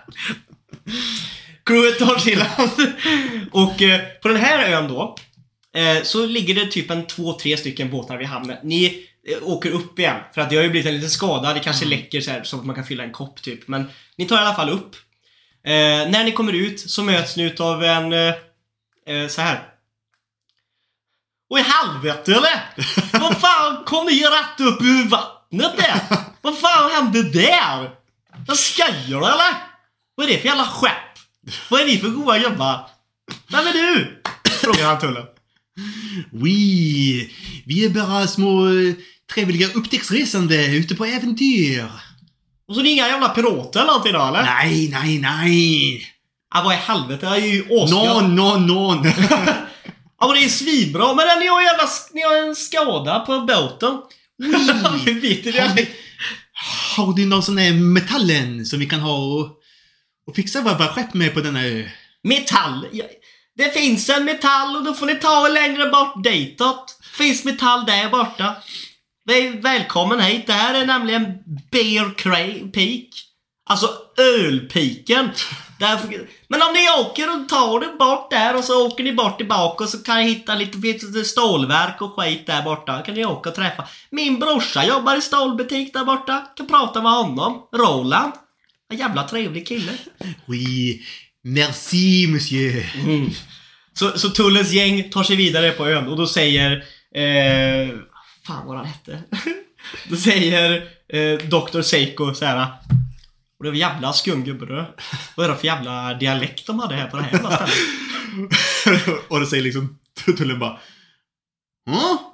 Crewet tar till land. Och eh, på den här ön då eh, så ligger det typ en två, tre stycken båtar vid hamnen. Ni eh, åker upp igen. För att det har ju blivit en liten skada. Det kanske mm. läcker så här, så att man kan fylla en kopp typ. Men ni tar i alla fall upp. Eh, när ni kommer ut så möts ni av en eh, eh, så här. Och i helvete eller? Vad fan kom ni rätt upp ur vattnet där? Vad fan hände där? Vad skojar du eller? Vad är det för jävla skepp? Vad är ni för goda jobbar? Vem är du? Frågar han tullen. Oui, vi är bara små trevliga upptäcktsresande ute på äventyr. Och så är det inga jävla pirater eller någonting då eller? Nej, nej, nej. Ja, vad i helvete? Jag är ju åskad. Non, non, non. Ja, men det är svinbra. Men ni har, jävla, ni har en skada på båten. Oui. Vet du Har, det? har du någon sån här metallen som vi kan ha och, och fixa våra skepp med på denna ö? Metall? Ja, det finns en metall och då får ni ta längre bort ditåt. Finns metall där borta. Välkommen hit. Det här är nämligen Bear Cray Peak. Alltså ölpiken. Därför, men om ni åker och tar det bort där och så åker ni bort tillbaka och så kan ni hitta lite stålverk och skit där borta. Kan ni åka och träffa. Min brorsa jobbar i stålbutik där borta. Kan prata med honom. Roland. En jävla trevlig kille. Oui, merci monsieur. Mm. Så, så tullens gäng tar sig vidare på ön och då säger eh, fan vad han hette. Då säger eh, doktor Seiko så här. Och det var jävla skumgubbe. Vad är det för jävla dialekt de hade här på det här jävla stället? Och det säger liksom tullen bara. Ja?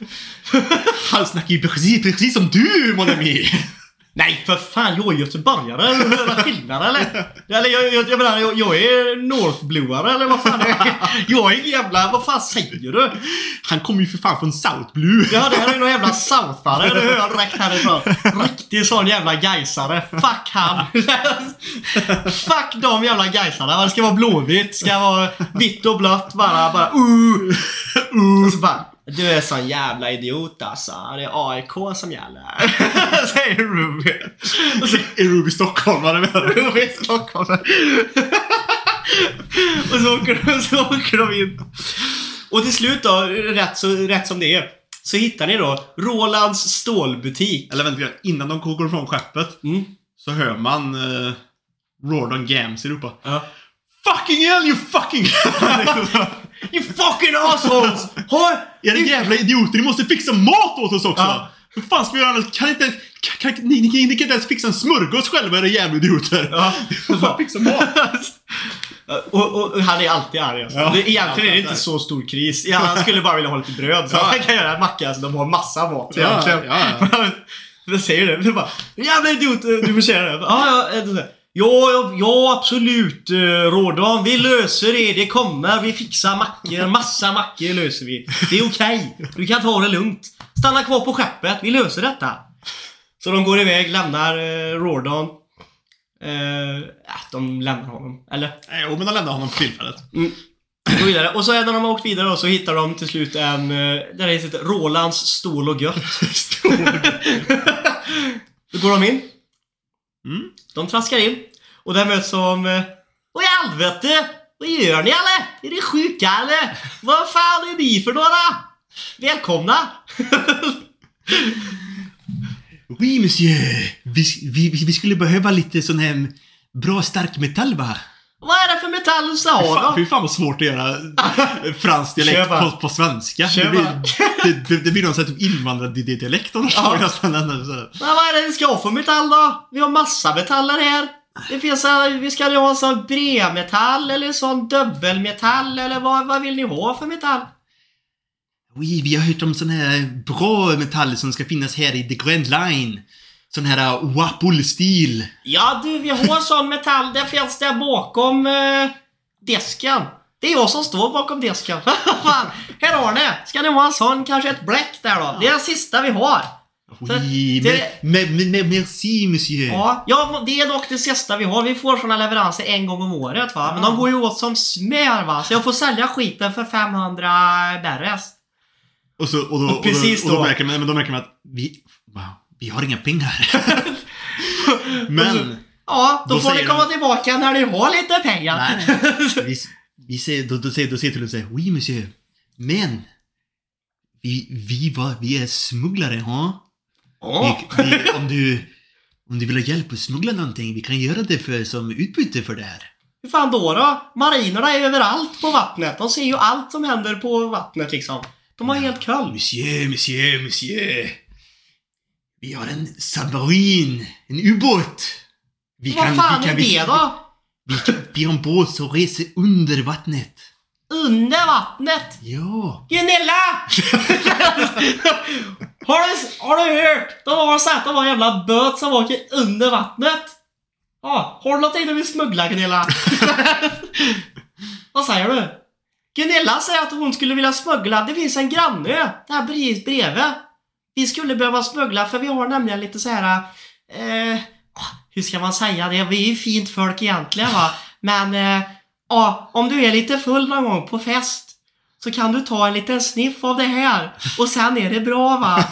Han snackar ju precis, precis som du, mon ami. Nej, för fan, jag är göteborgare. Är det skillnad, eller? Eller jag, jag, jag menar, jag, jag är Northbluare, eller vad fan är jag? Jag är ingen jävla, vad fan säger du? Han kommer ju för fan från South Blue. Ja, det här är ju någon jävla Southare, det hör jag direkt härifrån. Riktigt sån jävla gaisare. Fuck han. Fuck de jävla gaisarna. Det ska vara blåvitt, det ska vara vitt och blått, bara, bara, uh, uh. Och så bara, du är sån jävla idiot alltså. Det är A I K som gäller. Säger Ruby. Och så är Ruby Stockholm, vad det menar. Ruby Stockholm. Och så åker, de, så åker de in. Och till slut då, rätt, så, rätt som det är, så hittar ni då Rolands stålbutik. Eller vänta, innan de går från skeppet mm. så hör man uh, Rawdon Gams i Europa. Ja. Fucking hell, you fucking you fucking assholes! Har är det jävla idioter? Ni måste fixa mat åt oss också. Ja. Hur fan ska vi göra? Kan inte kan, kan, ni, ni, ni kan inte ens fixa en smörgås själva, är det jävla idioter. Ja. Fan, fixa mat. och, och, och han är alltid arg alltså. Ja. Det, egentligen är det inte så stor kris. Ja, han skulle bara vilja ha lite bröd. Så ja. Han kan göra en macka, alltså, de har massa mat. Ja, ja, ja. Det säger det. Det bara, jävla idiot, du får säga det. Ja, ja, ja. Ja, ja, ja, absolut, Rådan. Vi löser det, det kommer. Vi fixar mackor, massa mackor löser vi. Det är okej, du kan ta det lugnt. Stanna kvar på skeppet, vi löser detta. Så de går iväg, lämnar eh, Rådan. eh, De lämnar honom, eller? Jo, men de lämnar honom för tillfället. mm. Gå vidare. Och så när de har åkt vidare då, så hittar de till slut en där det heter Rolands stål och gött. Stål och gött. Då går de in. Mm. De traskar in. Och där möts de. Vad i helvete? Vad gör ni eller? Är det sjuka eller? Vad fan är ni för några? Välkomna. Oui, monsieur. Vi, vi, vi skulle behöva lite sån här bra stark metall, va? Vad är det för metall du sa då? Fan, fy fan vad svårt att göra fransk dialekt på, på svenska. Det blir, det, det, det blir någon sån här typ invandrardialekt om ja. Men vad är det vi ska ha för metall då? Vi har massa metaller här. Det finns, vi ska ha sån bremetall eller sån dubbelmetall eller vad, vad vill ni ha för metall? Oui, vi har hört om sån här bra metall som ska finnas här i The Grand Line. Sån här Wapol-stil. Ja du, vi har sån metall. Det finns där bakom eh, desken. Det är jag som står bakom desken. Här har ni. Ska ni ha en sån, kanske ett bläck där då? Det är det sista vi har. Oui, det, men, men, men, merci monsieur. Ja, ja, det är dock det sista vi har. Vi får såna leveranser en gång om året va. Men ja. De går ju åt som smör va. Så jag får sälja skiten för femhundra berres. Och, så, och, då, och, precis och, då, och då märker man, men då märker man att vi, wow, vi har inga pengar. Men så, ja, då, då får ni komma de, tillbaka när ni har lite pengar. Nej, vi, vi ser, då, då säger då säger till och säger oui monsieur. Men vi, vi, var, vi är smugglare, ha? Åh! Vi, vi, om, du, om du vill ha hjälp att smuggla någonting, vi kan göra det för, som utbyte för det här. Hur fan då då? Marinerna är överallt på vattnet. De ser ju allt som händer på vattnet liksom. De har helt koll. Monsieur, monsieur, monsieur. Vi har en submarin, en ubåt. Vi Vad fan vi är vi, det då? Vi, vi, vi har en båt som reser under vattnet. Under vattnet? Ja. Gunilla! har, du, har du hört? De har sett de var en jävla böt som åker under vattnet. Ja, har du någonting du vill smuggla, Gunilla? Vad säger du? Gunilla säger att hon skulle vilja smuggla. Det finns en grannö där precis bredvid. Vi skulle behöva smuggla för vi har nämligen lite så här. Eh, hur ska man säga det? Vi är ju fint folk egentligen, va? Men eh, ja, om du är lite full någon gång på fest så kan du ta en liten sniff av det här och sen är det bra, va?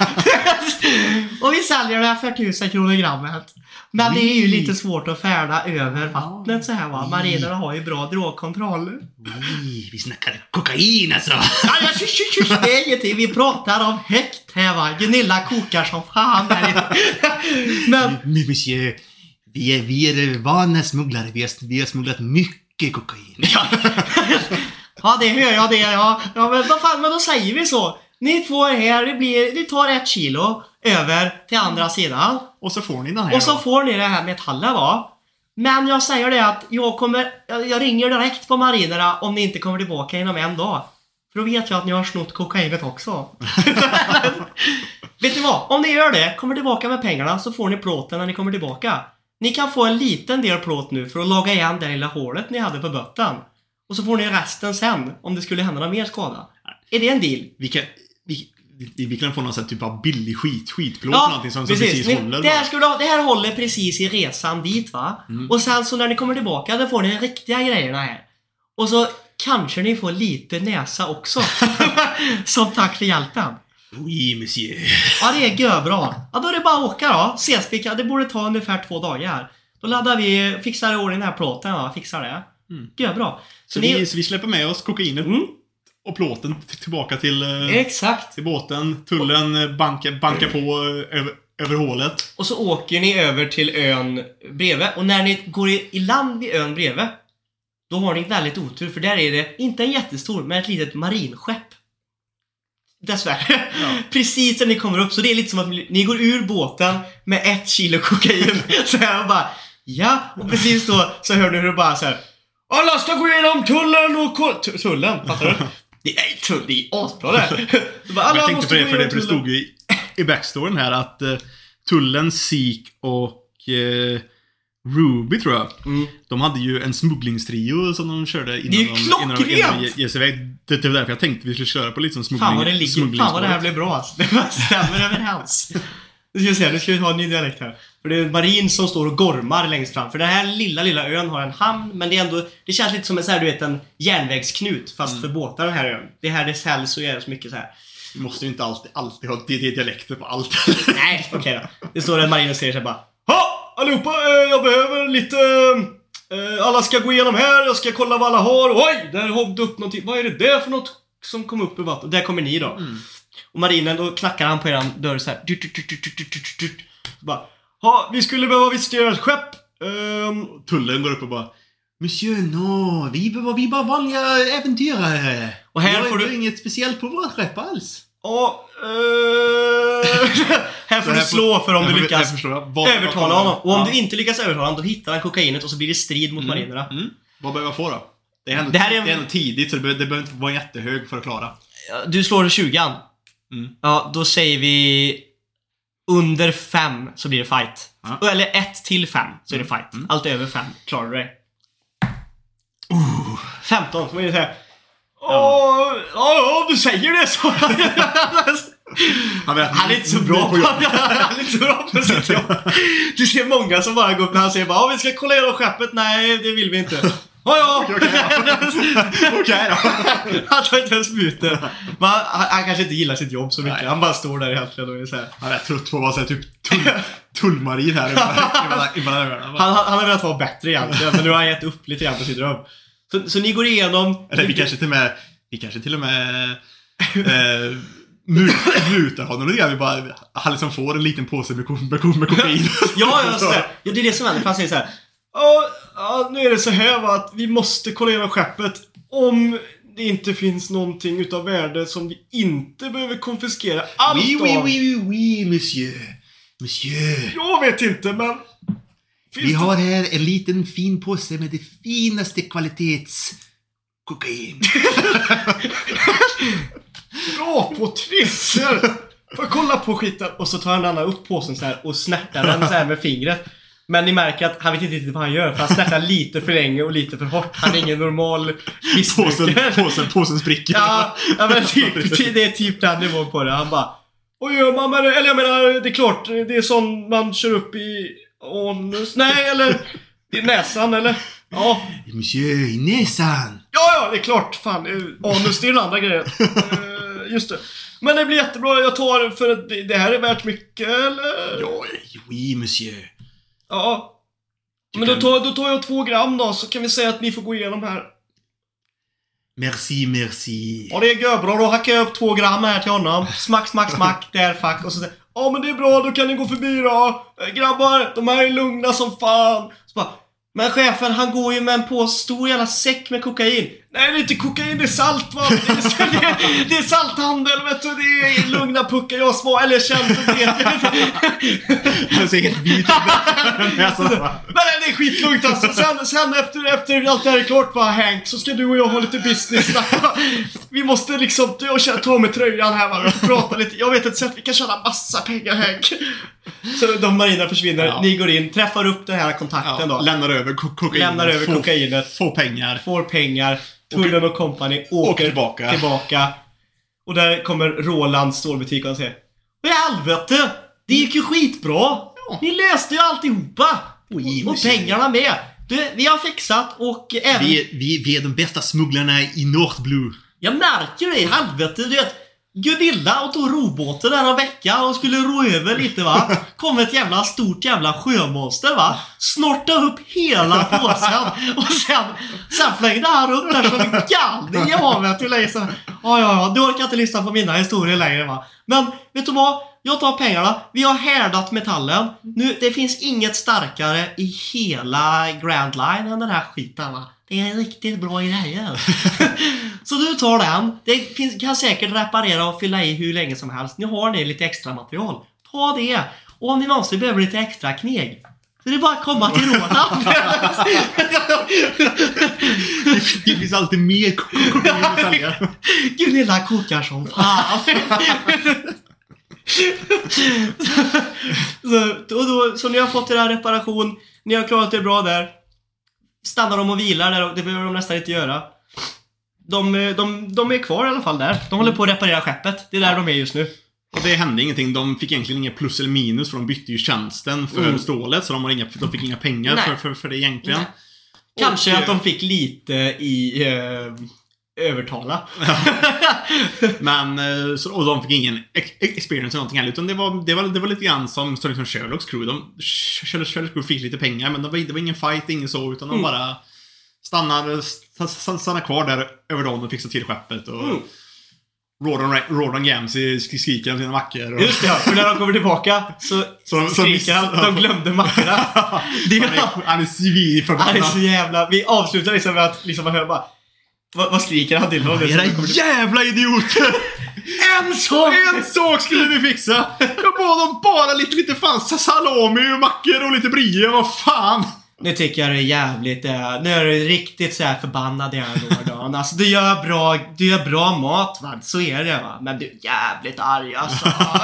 Och vi säljer det här för tusen kronor grammet. Men det är ju lite svårt att färda över vattnet så här, va? Marinerna har ju bra drogkontroll. Oui, vi snackar kokain alltså. Ja, ja, tsch, tsch, tsch, det är ingenting. Vi pratar om högt här, va? Gunilla kokar som fan där. Men Men monsieur, vi är, vi är vana smugglare. Vi har, vi har smugglat mycket kokain. ja. Ja, det hör jag det, ja. Ja, men vad fan, men då säger vi så. Ni får här, det blir, ni tar ett kilo över till andra sidan. Och så får ni den här. Och så då. får ni det här metallen, va? Men jag säger det att jag kommer, jag, jag ringer direkt på marinerna om ni inte kommer tillbaka inom en dag. För då vet jag att ni har snott kokainet också. Vet ni vad? Om ni gör det, kommer tillbaka med pengarna så får ni plåten när ni kommer tillbaka. Ni kan få en liten del plåt nu för att laga igen det lilla hålet ni hade på botten. Och så får ni resten sen om det skulle hända någon mer skada. Är det en deal? Vi kan, vi, vi, vi kan få någon sån här typ av billig skit, skitplåt eller någonting som, som precis. precis Ni, håller. det, här skulle, det här håller precis i resan dit, va? Mm. Och sen så när ni kommer tillbaka då får ni de riktiga grejerna här. Och så kanske ni får lite näsa också. Som tack för hjälpen. Oui, monsieur. Ja, det är görbra. Ja, då är det bara att åka då. Ses vi, det borde ta ungefär två dagar. Då laddar vi, fixar i ordning den här plåten, va? Fixar det. Mm. Görbra. Så, Så vi, ni... så vi släpper med oss kokainet Mm. och plåten t- tillbaka till, eh, Exakt. till båten. Tullen bankar banka på eh, över, över hålet. Och så åker ni över till ön bredvid. Och när ni går i, i land vid ön bredvid, då har ni väldigt otur. För där är det inte en jättestor, men ett litet marinskepp. Dessvärre. Ja. Precis när ni kommer upp. Så det är lite som att ni går ur båten med ett kilo kokain. Så här och bara, ja. Och precis då så hör ni hur det bara så här. Alla ska gå igenom tullen och kolla. T- tullen, fattar du? Det är tull, det är asbra det. Så bara, alla Jag tänkte måste på det, gå för det, igenom för det tullen. stod ju i, i backstoryn här att eh, tullen, Zeke och eh, Ruby, tror jag. Mm. De hade ju en smugglingstrio som de körde innan Det är ju de, innan de, innan klockrent! de ge sig iväg. Det, det var därför jag tänkte vi skulle köra på lite som smuggling. Fan vad det ligger, fan vad det här smugglingsspåret. blir bra alltså. Det bara stämmer överens. Nu ska vi se, nu ska vi ha en ny dialekt här. För det är en marin som står och gormar längst fram. För den här lilla, lilla ön har en hamn. Men det är ändå, det känns lite som en så här, du vet, en järnvägsknut. Fast Mm. för båtar den här ön. Det här det säljs och är så mycket så här. Vi måste ju inte alltid, alltid ha di- di- dialekter på allt. Nej, okej då. Det står en marin och säger så här bara. Ha! Allihopa, eh, jag behöver lite... Eh, alla ska gå igenom här, jag ska kolla vad alla har. Oj, där har det upp någonting. Vad är det där för något som kom upp i vattnet? Där kommer ni då. Mm. Och marinen, då knackar han på eran dörr så här. Dut, dut, dut, dut, dut, dut, dut. Så bara, ha, vi skulle behöva visitera ett skepp. Ehm, Tullen går upp och bara... Monsieur, no. Vi var vi bara vanliga äventyrare. Och här Vi har får du- ju inget speciellt på vårt skepp alls. ja, eh, här får Så du här slå för om här du får vi- lyckas här förstår jag. Vad- övertala vad- honom. Och om ja. du inte lyckas övertala honom, då hittar han kokainet och så blir det strid mot marinerna. Mm. Vad behöver jag få då? Det är ändå, Det här är en- det är ändå tidigt, så det behöver, det behöver inte vara jättehög för att klara. Du slår tjugo. Mm. Ja, då säger vi under fem så blir det fight. Ja. Eller ett till fem så är det fight. Mm. Allt över fem klarar du dig. Uh, femton, så är det så här. Åh, ja, ja, du säger det så. Han, vet, Han är inte så bra på Han är inte så bra på sitt jobb. Du ser många som bara går upp när han säger bara, ja, vi ska kolla igenom skeppet. Nej, det vill vi inte. Ja, ja. Okej då. Han tar inte ens mutor. Men han, han, han kanske inte gillar sitt jobb så mycket. Nej. Han bara står där egentligen och är så här. Han är trött på att vara så här, typ tull, tullmarin här i mellan- i mellan ögonen. Han, han, han har velat vara bättre egentligen, men nu har han gett upp lite grann på sin dröm. Så, så ni går igenom... Eller vi kanske till och med, vi kanske till och med eh, mutar honom lite grann. Vi bara, han liksom får en liten påse med, med, med kokain. Ja, ja, så där. Ja, det är det som händer. För han säger så här: ja, ja, nu är det så här va, att vi måste kolla igenom skeppet. Om det inte finns någonting utav värde som vi inte behöver konfiskera allt oui, av. oui, oui, oui, oui, monsieur. Monsieur. Jag vet inte, men vi har här en liten fin påse med det finaste kvalitets kokain. Bra på trisser. Får kolla på skiten. Och så tar han annan upp påsen så här och snärtar den så här med fingret. Men ni märker att han vet inte riktigt vad han gör. För han snärtar lite för länge och lite för hårt. Han är ingen normal påsen, påsen, påsen spricker. Ja, ja men typ, det är typ den nivån på det. Han bara, vad gör man med det? Eller jag menar, det är klart, det är sån man kör upp i anus. Nej, eller i näsan, eller? Ja. Monsieur, i näsan. Ja, ja, det är klart. Fan, anus, det är den andra grejen. uh, Just det. Men det blir jättebra, jag tar för att det, det här är värt mycket, eller? Ja, oui, monsieur. Ja. Men då tar, då tar jag två gram då, så kan vi säga att ni får gå igenom här. Merci, merci. Ja, det är görbra. Då hackar jag upp två gram här till honom. Smack, smack, smack. Där, fuck. Och så säger, ja men det är bra, då kan ni gå förbi då. Grabbar, de här är lugna som fan. Så bara, men chefen, han går ju med en på stor jävla säck med kokain. Nej, det är inte kokain, det är salt va. Det är, det är, det är salthandel, vet du. Det är lugna puckar, jag små, eller känt och vet. Han ser helt vit. Men det är skitlugnt alltså. Sen, sen efter, efter allt det här är klart va, Hank, så ska du och jag ha lite business. Vi måste liksom, jag känner, ta med tröjan här va, och prata lite. Jag vet ett sätt, vi kan tjäna massa pengar, Hank. Så de marina försvinner, ja. Ni går in, träffar upp den här kontakten, ja, då. Lämnar över ko- kokainet. Lämnar över får, kokainet. Får pengar. Får pengar. Tullen och company åker, åker tillbaka. tillbaka. Och där kommer Rolands stålbutik och säger, vad i helvete? Det gick ju skitbra. Ja. Ni löste ju alltihopa. Oui, och, och pengarna med. Du, vi har fixat och även... Vi, vi, vi är de bästa smugglarna i North Blue. Jag märker det i helvete. Du vet, Gunilla och tog robåten där en vecka och skulle ro över lite va. Kom ett jävla stort jävla sjömonster va. Snorta upp hela påsen. Och sen, sen flängde han upp där som en galning i havet till dig. Ja, ja, ja, du orkar inte lyssna på mina historier längre va. Men vet du vad? Jag tar pengarna. Vi har härdat metallen. Nu, det finns inget starkare i hela Grand Line än den här skiten va. Det är en riktigt bra idé. Så du tar den. Det finns, kan säkert reparera och fylla i hur länge som helst. Nu har ni lite extra material. Ta det. Och om ni någonsin behöver lite extra kneg, så det är bara att komma till Roland. det, det finns alltid mer kokain att sälja. Gunilla kokar som fan. så, och då, så ni har fått er här reparation. Ni har klarat det bra där. Stannar de och vilar där, och det behöver de nästan inte göra. De, de, de är kvar i alla fall där. De håller på att reparera skeppet. Det är där de är just nu. Och det hände ingenting. De fick egentligen inga plus eller minus, för de bytte ju tjänsten för mm. stålet. Så de, har inga, de fick inga pengar för, för, för det egentligen. Nej. Kanske och, att de fick lite i eh, övertala. Men så, och de fick ingen experience eller någonting heller, utan det var, det var, det var lite grann som, som liksom Sherlocks crew. De, Sherlocks crew fick lite pengar, men det var, det var ingen fight, ingen så, utan de mm. bara stannade, stannade kvar där över dagen och fixade till skeppet. Och mm. Rawdon, Rawdon Gamsey skriker om sina mackor. Och... Just det, för när de kommer tillbaka så, så skriker han att de glömde mackorna. Det, han är, han är svinförbannad. Han är så jävla... Vi avslutar liksom med att liksom man hör bara... Vad, vad skriker han till? Ja, era jävla idioter! En sak! En sak skulle vi fixa! Jag bad dem bara lite, lite fan salami och mackor och lite brie. Vad fan! Nu tycker jag det är jävligt. Äh, nu är du riktigt så här förbannad här Rawdon. Alltså du gör bra, du gör bra mat va? Så är det va. Men du är jävligt arg alltså.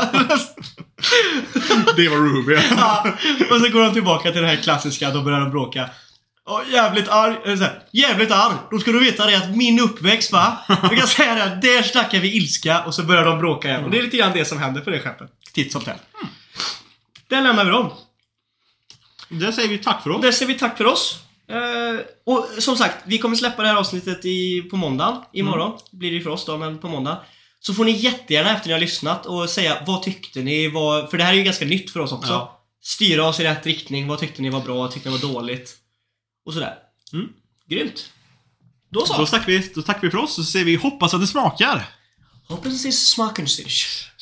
Det var Ruby. Ja, och så går de tillbaka till det här klassiska. Då börjar de bråka. Åh, jävligt arg. Så här, jävligt arg. Då ska du veta det att min uppväxt va. Jag kan säga det. Där snackar vi ilska. Och så börjar de bråka igen. Och det är lite grann det som händer på det skeppet. Titt som tätt. Mm. Där lämnar vi dem. Där säger vi tack för oss. Där säger vi tack för oss. Uh, och som sagt, vi kommer släppa det här avsnittet i, på måndag. Imorgon mm. blir det för oss då, men på måndag. Så får ni jättegärna efter ni har lyssnat och säga vad tyckte ni var... För det här är ju ganska nytt för oss också. Ja. Styra oss i rätt riktning. Vad tyckte ni var bra? Vad tyckte ni var dåligt? Och sådär. Mm. Grymt. Då så. Då tackar vi, då tackar vi för oss och så säger vi hoppas att det smakar. Hoppas det smaken sich.